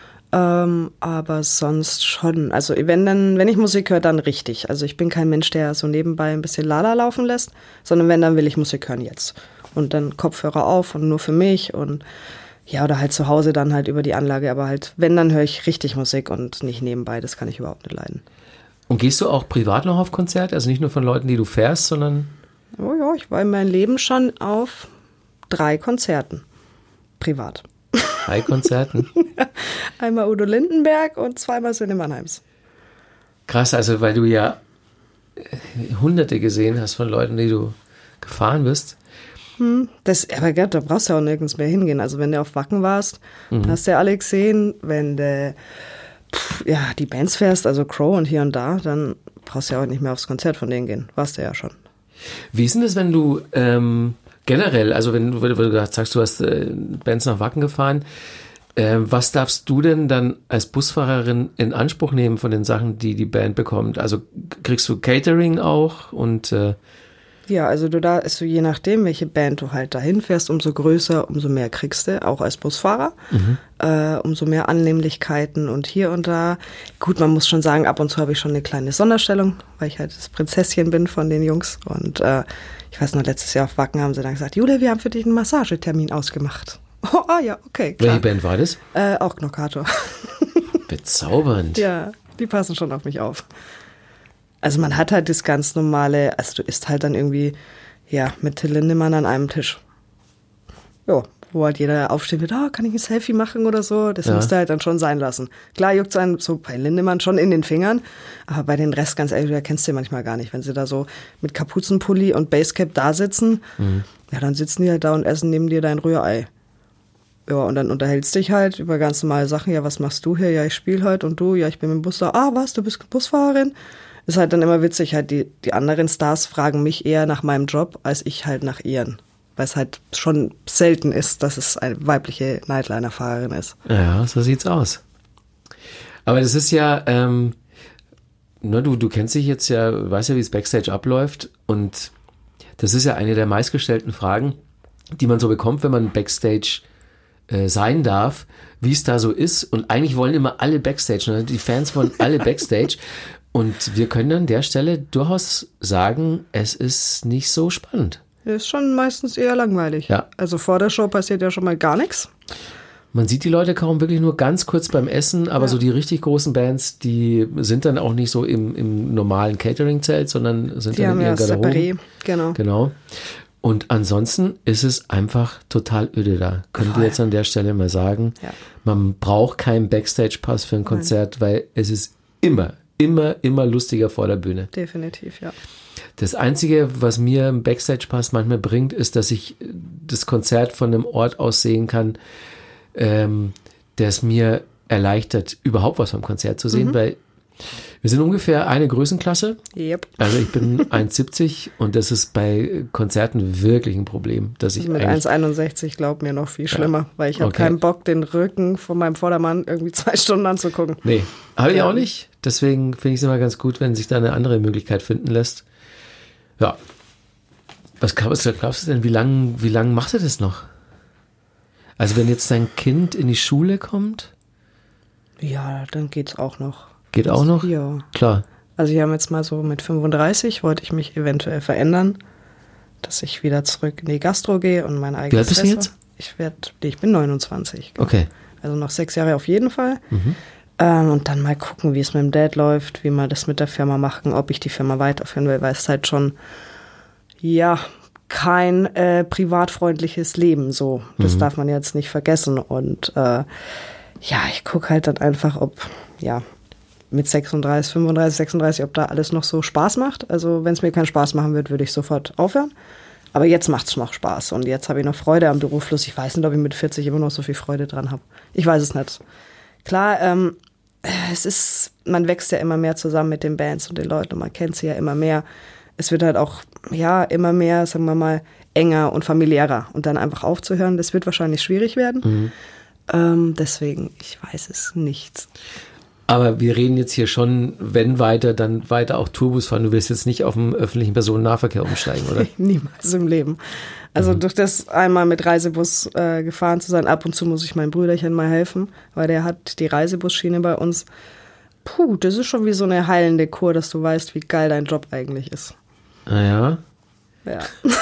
Ähm, aber sonst schon. Also wenn dann, wenn ich Musik höre, dann richtig. Also ich bin kein Mensch, der so nebenbei ein bisschen Lala laufen lässt, sondern wenn, dann will ich Musik hören jetzt. Und dann Kopfhörer auf und nur für mich und ja, oder halt zu Hause dann halt über die Anlage. Aber halt, wenn, dann höre ich richtig Musik und nicht nebenbei. Das kann ich überhaupt nicht leiden. Und gehst du auch privat noch auf Konzerte? Also nicht nur von Leuten, die du fährst, sondern... Oh ja, ich war in meinem Leben schon auf drei Konzerten. Privat. Drei Konzerten? Einmal Udo Lindenberg und zweimal Söhne Mannheims. Krass, also weil du ja Hunderte gesehen hast von Leuten, die du gefahren bist. Hm, das, aber Gott, da brauchst du ja auch nirgends mehr hingehen. Also wenn du auf Wacken warst, mhm. hast du ja alle gesehen. Wenn du pff, ja, die Bands fährst, also Crow und hier und da, dann brauchst du ja auch nicht mehr aufs Konzert von denen gehen. Warst du ja schon. Wie ist denn das, wenn du ähm, generell, also wenn du, wenn du sagst, du hast äh, Bands nach Wacken gefahren, äh, was darfst du denn dann als Busfahrerin in Anspruch nehmen von den Sachen, die die Band bekommt? Also kriegst du Catering auch und... Äh, Ja, also du da ist so je nachdem, welche Band du halt dahin fährst, umso größer, umso mehr kriegst du, auch als Busfahrer, mhm. äh, umso mehr Annehmlichkeiten und hier und da. Gut, man muss schon sagen, ab und zu habe ich schon eine kleine Sonderstellung, weil ich halt das Prinzesschen bin von den Jungs und äh, ich weiß noch, letztes Jahr auf Wacken haben sie dann gesagt, Julia, wir haben für dich einen Massagetermin ausgemacht. Oh, ah ja, okay, klar. Welche Band war das? Äh, auch Knockator. Bezaubernd. Ja, die passen schon auf mich auf. Also man hat halt das ganz normale, also du isst halt dann irgendwie, ja, mit Till Lindemann an einem Tisch. Ja, wo halt jeder aufsteht mit, oh, kann ich ein Selfie machen oder so, das ja. musst du halt dann schon sein lassen. Klar juckt es einem so bei Lindemann schon in den Fingern, aber bei den Rest, ganz ehrlich, da kennst du manchmal gar nicht. Wenn sie da so mit Kapuzenpulli und Basecap da sitzen, mhm. ja, dann sitzen die halt da und essen neben dir dein Rührei. Ja, und dann unterhältst dich halt über ganz normale Sachen. Ja, was machst du hier? Ja, ich spiele halt. Und du? Ja, ich bin mit dem Bus da. Ah, was? Du bist Busfahrerin? Ist halt dann immer witzig, halt die, die anderen Stars fragen mich eher nach meinem Job, als ich halt nach ihren. Weil es halt schon selten ist, dass es eine weibliche Nightliner-Fahrerin ist. Ja, so sieht's aus. Aber das ist ja, ähm, ne, du, du kennst dich jetzt ja, weißt ja, wie es Backstage abläuft. Und das ist ja eine der meistgestellten Fragen, die man so bekommt, wenn man Backstage äh, sein darf, wie es da so ist. Und eigentlich wollen immer alle Backstage, ne? Die Fans wollen alle Backstage. Und wir können an der Stelle durchaus sagen, es ist nicht so spannend. Ist schon meistens eher langweilig. Ja. Also vor der Show passiert ja schon mal gar nichts. Man sieht die Leute kaum, wirklich nur ganz kurz beim Essen, aber ja. so die richtig großen Bands, die sind dann auch nicht so im, im normalen Catering-Zelt, sondern sind die dann haben in ihren ja Garderoben. Separé, genau. Genau. Und ansonsten ist es einfach total öde da. Können wir jetzt an der Stelle mal sagen, ja. man braucht keinen Backstage-Pass für ein Konzert, Nein. weil es ist immer Immer, immer lustiger vor der Bühne. Definitiv, ja. Das Einzige, was mir im Backstage-Pass manchmal bringt, ist, dass ich das Konzert von einem Ort aus sehen kann, ähm, der es mir erleichtert, überhaupt was vom Konzert zu sehen, mhm. weil wir sind ungefähr eine Größenklasse. Yep. Also ich bin eins siebzig und das ist bei Konzerten wirklich ein Problem. Dass ich mit eins einundsechzig, glaub mir, noch viel schlimmer, ja. weil ich habe okay. keinen Bock, den Rücken von meinem Vordermann irgendwie zwei Stunden anzugucken. Nee, habe ich ja. auch nicht. Deswegen finde ich es immer ganz gut, wenn sich da eine andere Möglichkeit finden lässt. Ja. Was glaubst du, glaubst du denn, wie lange wie lang macht ihr das noch? Also wenn jetzt dein Kind in die Schule kommt? Ja, dann geht's auch noch. Geht auch noch? Ja. Klar. Also wir haben jetzt mal so mit fünfunddreißig, wollte ich mich eventuell verändern, dass ich wieder zurück in die Gastro gehe und mein eigenes. Wie alt bist du jetzt? Ich werd, ich bin neunundzwanzig. Genau. Okay. Also noch sechs Jahre auf jeden Fall. Mhm. Ähm, und dann mal gucken, wie es mit dem Dad läuft, wie wir das mit der Firma machen, ob ich die Firma weiterführen will, weil es halt schon, ja, kein äh, privatfreundliches Leben so. Das mhm. darf man jetzt nicht vergessen. Und äh, ja, ich gucke halt dann einfach, ob, ja, mit sechsunddreißig, fünfunddreißig, sechsunddreißig, ob da alles noch so Spaß macht. Also wenn es mir keinen Spaß machen wird, würde ich sofort aufhören. Aber jetzt macht es noch Spaß und jetzt habe ich noch Freude am Berufsfluss. Ich weiß nicht, ob ich mit vierzig immer noch so viel Freude dran habe. Ich weiß es nicht. Klar, ähm, es ist, man wächst ja immer mehr zusammen mit den Bands und den Leuten und man kennt sie ja immer mehr. es wird halt auch, ja, immer mehr, sagen wir mal, enger und familiärer. Und dann einfach aufzuhören, das wird wahrscheinlich schwierig werden. Mhm. Ähm, deswegen, ich weiß es nicht. Aber wir reden jetzt hier schon, wenn weiter, dann weiter auch Tourbus fahren. Du willst jetzt nicht auf dem öffentlichen Personennahverkehr umsteigen, oder? Niemals im Leben. Also mhm. durch das einmal mit Reisebus äh, gefahren zu sein, ab und zu muss ich meinem Brüderchen mal helfen, weil der hat die Reisebusschiene bei uns. Puh, das ist schon wie so eine heilende Kur, dass du weißt, wie geil dein Job eigentlich ist. Ah ja? Ja.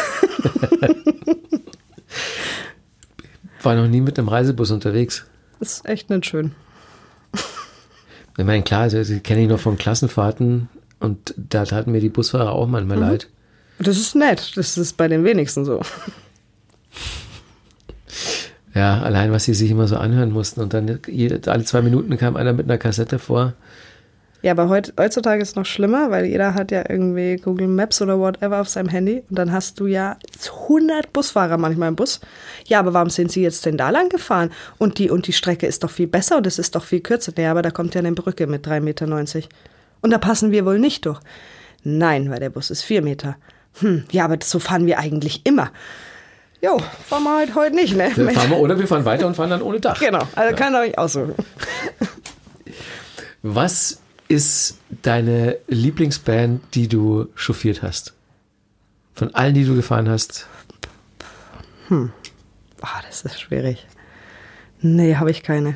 War noch nie mit einem Reisebus unterwegs. Das ist echt nicht schön. Ich meine, klar, das kenne ich noch von Klassenfahrten und da taten mir die Busfahrer auch manchmal mhm. leid. Das ist nett, das ist bei den wenigsten so. Ja, allein, was sie sich immer so anhören mussten und dann jede, alle zwei Minuten kam einer mit einer Kassette vor. Ja, aber heut, heutzutage ist es noch schlimmer, weil jeder hat ja irgendwie Google Maps oder whatever auf seinem Handy und dann hast du ja hundert Busfahrer manchmal im Bus. Ja, aber warum sind sie jetzt denn da lang gefahren? Und die, und die Strecke ist doch viel besser und es ist doch viel kürzer. Ja, aber da kommt ja eine Brücke mit drei Meter neunzig. Und da passen wir wohl nicht durch. Nein, weil der Bus ist vier Meter. Hm, ja, aber so fahren wir eigentlich immer. Jo, fahren wir halt heute nicht, ne? Dann fahren wir, oder wir fahren weiter und fahren dann ohne Dach. Genau, also ja. kann doch nicht aussuchen. Was ist deine Lieblingsband, die du chauffiert hast? Von allen, die du gefahren hast? Hm. Ah, das ist schwierig. Nee, habe ich keine.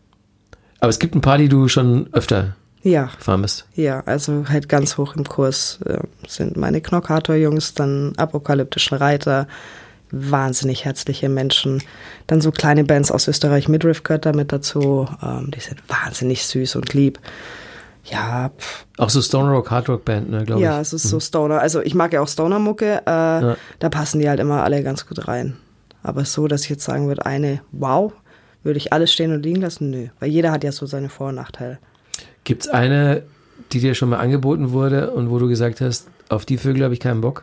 Aber es gibt ein paar, die du schon öfter ja. gefahren bist. Ja, also halt ganz hoch im Kurs äh, sind meine Knockator-Jungs, dann Apokalyptischen Reiter, wahnsinnig herzliche Menschen. Dann so kleine Bands aus Österreich, Midriff gehört da mit dazu. Ähm, die sind wahnsinnig süß und lieb. Ja. Pff. Auch so Stoner Rock, Hard Rock Band, ne, glaube ich. Ja, es ist mhm. so Stoner. Also ich mag ja auch Stoner-Mucke. Äh, ja. Da passen die halt immer alle ganz gut rein. Aber so, dass ich jetzt sagen würde, eine, wow, würde ich alles stehen und liegen lassen? Nö. Weil jeder hat ja so seine Vor- und Nachteile. Gibt's eine, die dir schon mal angeboten wurde und wo du gesagt hast, auf die Vögel habe ich keinen Bock?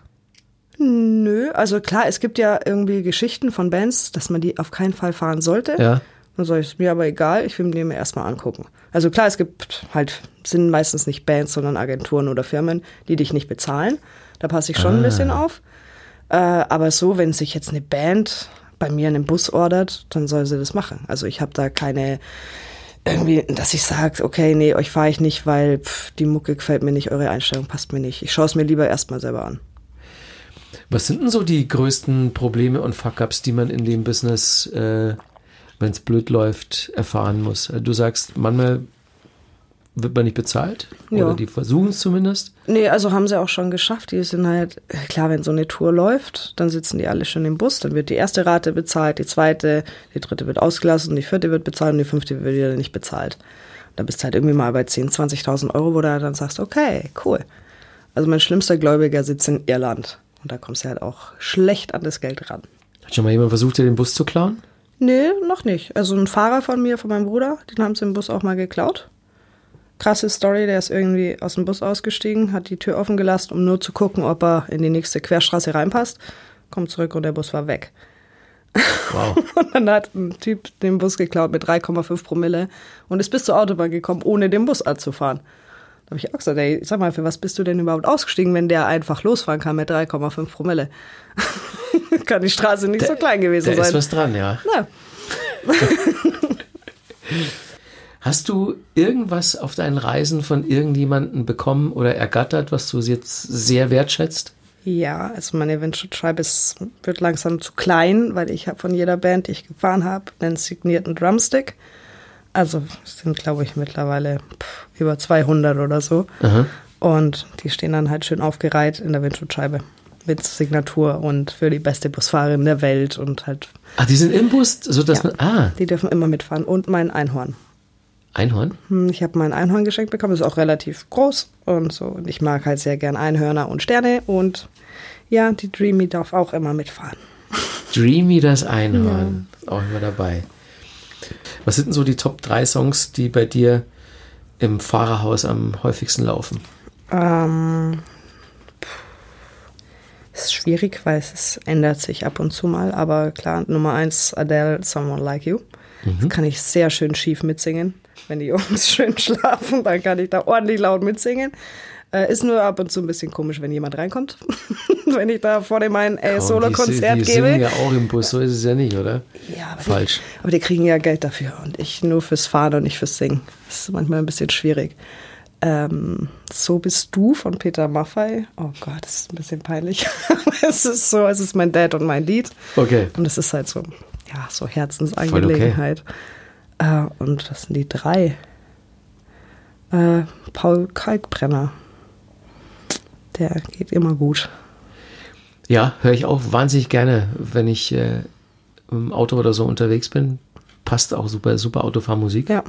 Nö, also klar, es gibt ja irgendwie Geschichten von Bands, dass man die auf keinen Fall fahren sollte. Ja. Dann sage ich, es mir aber egal, ich will mir mir erstmal angucken. Also klar, es gibt halt, sind meistens nicht Bands, sondern Agenturen oder Firmen, die dich nicht bezahlen. Da passe ich schon ah. ein bisschen auf. Äh, aber so, wenn sich jetzt eine Band bei mir in den Bus ordert, dann soll sie das machen. Also ich habe da keine, irgendwie, dass ich sage, okay, nee, euch fahre ich nicht, weil pff, die Mucke gefällt mir nicht, eure Einstellung passt mir nicht. Ich schaue es mir lieber erstmal selber an. Was sind denn so die größten Probleme und Fuck-Ups, die man in dem Business, äh, wenn es blöd läuft, erfahren muss? Du sagst, manchmal wird man nicht bezahlt? Ja. Oder die versuchen es zumindest? Nee, also haben sie auch schon geschafft. Die sind halt, klar, wenn so eine Tour läuft, dann sitzen die alle schon im Bus, dann wird die erste Rate bezahlt, die zweite, die dritte wird ausgelassen, die vierte wird bezahlt und die fünfte wird wieder nicht bezahlt. Da bist du halt irgendwie mal bei zehntausend, zwanzigtausend Euro, wo du dann sagst, okay, cool. Also mein schlimmster Gläubiger sitzt in Irland. Und da kommst du halt auch schlecht an das Geld ran. Hat schon mal jemand versucht, dir den Bus zu klauen? Nee, noch nicht. Also ein Fahrer von mir, von meinem Bruder, den haben sie im Bus auch mal geklaut. Krasse Story, der ist irgendwie aus dem Bus ausgestiegen, hat die Tür offen gelassen, um nur zu gucken, ob er in die nächste Querstraße reinpasst. Kommt zurück und der Bus war weg. Wow. Und dann hat ein Typ den Bus geklaut mit drei Komma fünf Promille und ist bis zur Autobahn gekommen, ohne den Bus anzufahren. Da habe ich auch gesagt, ey, sag mal, für was bist du denn überhaupt ausgestiegen, wenn der einfach losfahren kann mit drei Komma fünf Promille? Kann die Straße nicht da, so klein gewesen da sein. Da ist was dran, ja. Ja. Hast du irgendwas auf deinen Reisen von irgendjemandem bekommen oder ergattert, was du jetzt sehr wertschätzt? Ja, also meine Windschutzscheibe ist, wird langsam zu klein, weil ich habe von jeder Band, die ich gefahren habe, einen signierten Drumstick. Also es sind, glaube ich, mittlerweile pff, über zweihundert oder so. Aha. Und die stehen dann halt schön aufgereiht in der Windschutzscheibe mit Signatur und für die beste Busfahrerin der Welt und halt. Ach, die sind im Bus, sodass ja, man. Ah. Die dürfen immer mitfahren und mein Einhorn. Einhorn? Ich habe mein Einhorn geschenkt bekommen, ist auch relativ groß und so. Und ich mag halt sehr gern Einhörner und Sterne und ja, die Dreamy darf auch immer mitfahren. Dreamy, das Einhorn, ja. Ist auch immer dabei. Was sind denn so die Top drei Songs, die bei dir im Fahrerhaus am häufigsten laufen? Ähm, ist schwierig, weil es, es ändert sich ab und zu mal. Aber klar, Nummer eins, Adele, Someone Like You. Mhm. Das kann ich sehr schön schief mitsingen. Wenn die Jungs schön schlafen, dann kann ich da ordentlich laut mitsingen. Äh, ist nur ab und zu ein bisschen komisch, wenn jemand reinkommt. Wenn ich da vor dem ein äh, Solo-Konzert die, die gebe. Die singen ja auch im Bus, so ist es ja nicht, oder? Ja, aber Falsch. Die, aber die kriegen ja Geld dafür und ich nur fürs Fahren und nicht fürs Singen. Das ist manchmal ein bisschen schwierig. Ähm, so bist du von Peter Maffay. Oh Gott, das ist ein bisschen peinlich. Es ist so, es ist mein Dad und mein Lied. Okay. Und es ist halt so, ja, so Herzensangelegenheit. Okay. Äh, und das sind die drei. Äh, Paul Kalkbrenner. Der geht immer gut. Ja, höre ich auch wahnsinnig gerne, wenn ich äh, im Auto oder so unterwegs bin. Passt auch super, super Autofahrmusik. Ja.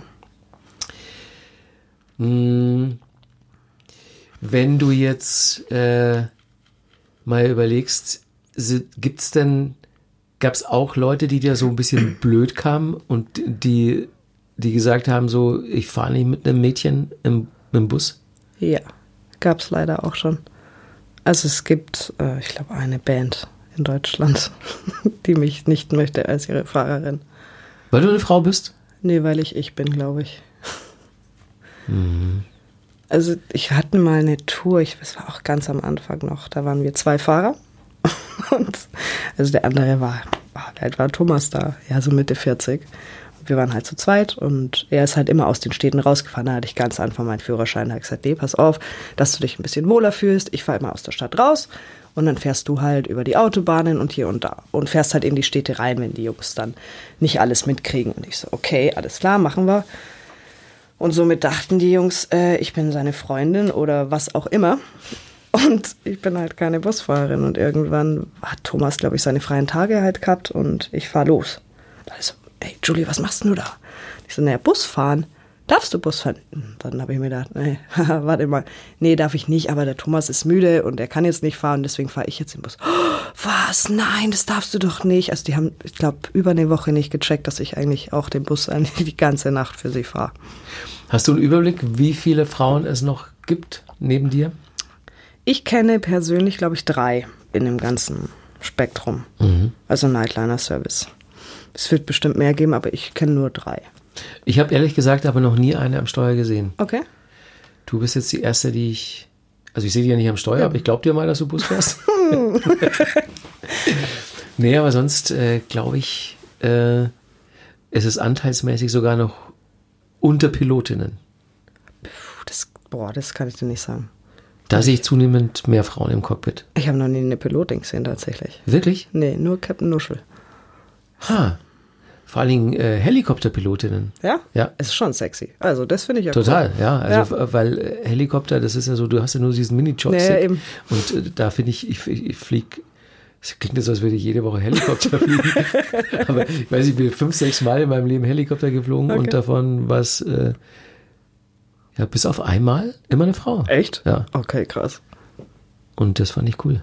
Hm, wenn du jetzt äh, mal überlegst, gibt es denn, gab es auch Leute, die dir so ein bisschen blöd kamen und die, die gesagt haben, so, ich fahre nicht mit einem Mädchen im, im Bus? Ja, gab es leider auch schon. Also es gibt, äh, ich glaube, eine Band in Deutschland, die mich nicht möchte als ihre Fahrerin. Weil du eine Frau bist? Nee, weil ich ich bin, glaube ich. Mhm. Also ich hatte mal eine Tour, ich, das war auch ganz am Anfang noch, da waren wir zwei Fahrer. Und also der andere war, war, wie alt war Thomas da? Ja, so Mitte vierzig. Wir waren halt zu zweit und er ist halt immer aus den Städten rausgefahren. Da hatte ich ganz Anfang meinen Führerschein. Da habe ich gesagt, nee, pass auf, dass du dich ein bisschen wohler fühlst. Ich fahre immer aus der Stadt raus und dann fährst du halt über die Autobahnen und hier und da. Und fährst halt in die Städte rein, wenn die Jungs dann nicht alles mitkriegen. Und ich so, okay, alles klar, machen wir. Und somit dachten die Jungs, äh, ich bin seine Freundin oder was auch immer. Und ich bin halt keine Busfahrerin. Und irgendwann hat Thomas, glaube ich, seine freien Tage halt gehabt und ich fahre los. Da ist so, ey, Julie, was machst denn du da? Ich so, naja, Bus fahren. Darfst du Bus fahren? Dann habe ich mir gedacht, nee, warte mal. Nee, darf ich nicht, aber der Thomas ist müde und er kann jetzt nicht fahren, deswegen fahre ich jetzt den Bus. Oh, was? Nein, das darfst du doch nicht. Also die haben, ich glaube, über eine Woche nicht gecheckt, dass ich eigentlich auch den Bus eigentlich die ganze Nacht für sie fahre. Hast du einen Überblick, wie viele Frauen es noch gibt neben dir? Ich kenne persönlich, glaube ich, drei in dem ganzen Spektrum. Mhm. Also Nightliner-Service. Es wird bestimmt mehr geben, aber ich kenne nur drei. Ich habe ehrlich gesagt aber noch nie eine am Steuer gesehen. Okay. Du bist jetzt die Erste, die ich... Also ich sehe dich ja nicht am Steuer, ja. Aber ich glaube dir mal, dass du Bus fährst. Nee, aber sonst äh, glaube ich, äh, ist es anteilsmäßig sogar noch unter Pilotinnen. Das, boah, das kann ich dir nicht sagen. Da sehe ich zunehmend mehr Frauen im Cockpit. Ich habe noch nie eine Pilotin gesehen, tatsächlich. Wirklich? Nee, nur Captain Nuschel. Ha. Vor allen Dingen äh, Helikopterpilotinnen. Ja? Ja. Es ist schon sexy. Also das finde ich ja total, cool. ja. Also ja. Weil äh, Helikopter, das ist ja so, du hast ja nur diesen Mini-Joystick. Ja, eben. Und äh, da finde ich, ich, ich fliege, es klingt so, als würde ich jede Woche Helikopter fliegen. Aber ich weiß, ich bin fünf, sechs Mal in meinem Leben Helikopter geflogen okay. Und davon war es, äh, ja, bis auf einmal immer eine Frau. Echt? Ja. Okay, krass. Und das fand ich cool.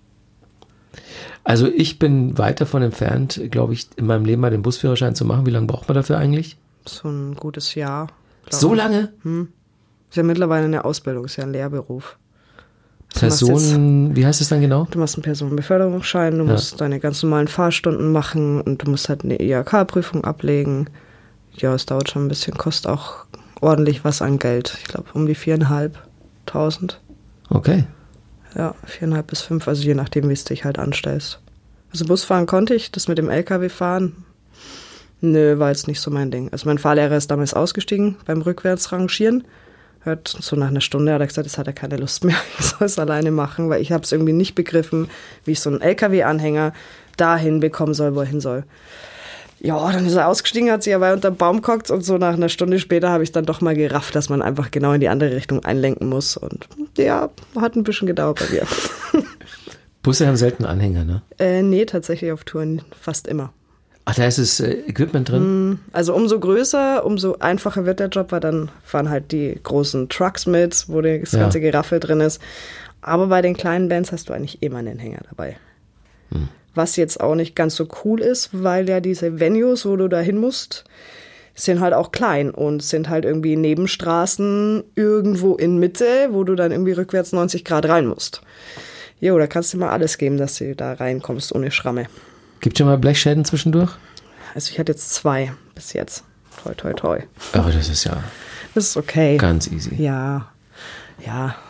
Also ich bin weit davon entfernt, glaube ich, in meinem Leben mal den Busführerschein zu machen. Wie lange braucht man dafür eigentlich? So ein gutes Jahr. So lange? Hm. Ist ja mittlerweile eine Ausbildung, ist ja ein Lehrberuf. Person, wie heißt es dann genau? Du machst einen Personenbeförderungsschein, du ja. musst deine ganz normalen Fahrstunden machen und du musst halt eine I H K-Prüfung ablegen. Ja, es dauert schon ein bisschen, kostet auch ordentlich was an Geld. Ich glaube um die viereinhalbtausend. Okay. Ja, viereinhalb bis fünf, also je nachdem, wie es dich halt anstellst. Also Busfahren konnte ich, das mit dem L K W fahren, nö, war jetzt nicht so mein Ding. Also mein Fahrlehrer ist damals ausgestiegen beim Rückwärtsrangieren. Hört so nach einer Stunde hat er gesagt, das hat er keine Lust mehr, ich soll es alleine machen, weil ich habe es irgendwie nicht begriffen, wie ich so einen L K W-Anhänger dahin bekommen soll, wo er hin soll. Ja, dann ist er ausgestiegen, hat sich aber unter den Baum gehockt und so nach einer Stunde später habe ich dann doch mal gerafft, dass man einfach genau in die andere Richtung einlenken muss und ja, hat ein bisschen gedauert bei mir. Busse haben selten Anhänger, ne? Äh, nee, tatsächlich auf Touren fast immer. Ach, da ist das äh, Equipment drin? Also umso größer, umso einfacher wird der Job, weil dann fahren halt die großen Trucks mit, wo das ja. ganze Geraffel drin ist. Aber bei den kleinen Bands hast du eigentlich immer einen Hänger dabei. Hm. Was jetzt auch nicht ganz so cool ist, weil ja diese Venues, wo du da hin musst, sind halt auch klein und sind halt irgendwie Nebenstraßen irgendwo in Mitte, wo du dann irgendwie rückwärts neunzig Grad rein musst. Jo, da kannst du mal alles geben, dass du da reinkommst ohne Schramme. Gibt es schon mal Blechschäden zwischendurch? Also ich hatte jetzt zwei bis jetzt. Toi, toi, toi. Aber das ist ja das ist okay. Ganz easy. Ja, ja.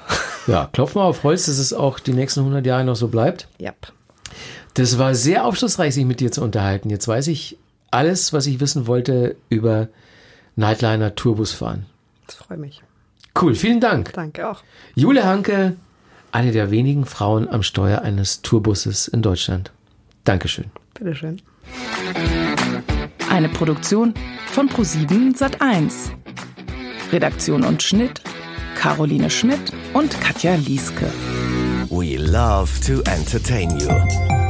Ja, klopfen wir auf Holz, dass es auch die nächsten hundert Jahre noch so bleibt. Yep. Das war sehr aufschlussreich, sich mit dir zu unterhalten. Jetzt weiß ich alles, was ich wissen wollte über Nightliner Tourbusfahren. Das freut mich. Cool, vielen Dank. Danke auch. Jule Hanke, eine der wenigen Frauen am Steuer eines Tourbusses in Deutschland. Dankeschön. Bitteschön. Eine Produktion von ProSieben Sat eins. Redaktion und Schnitt Caroline Schmidt und Katja Lieske. We love to entertain you.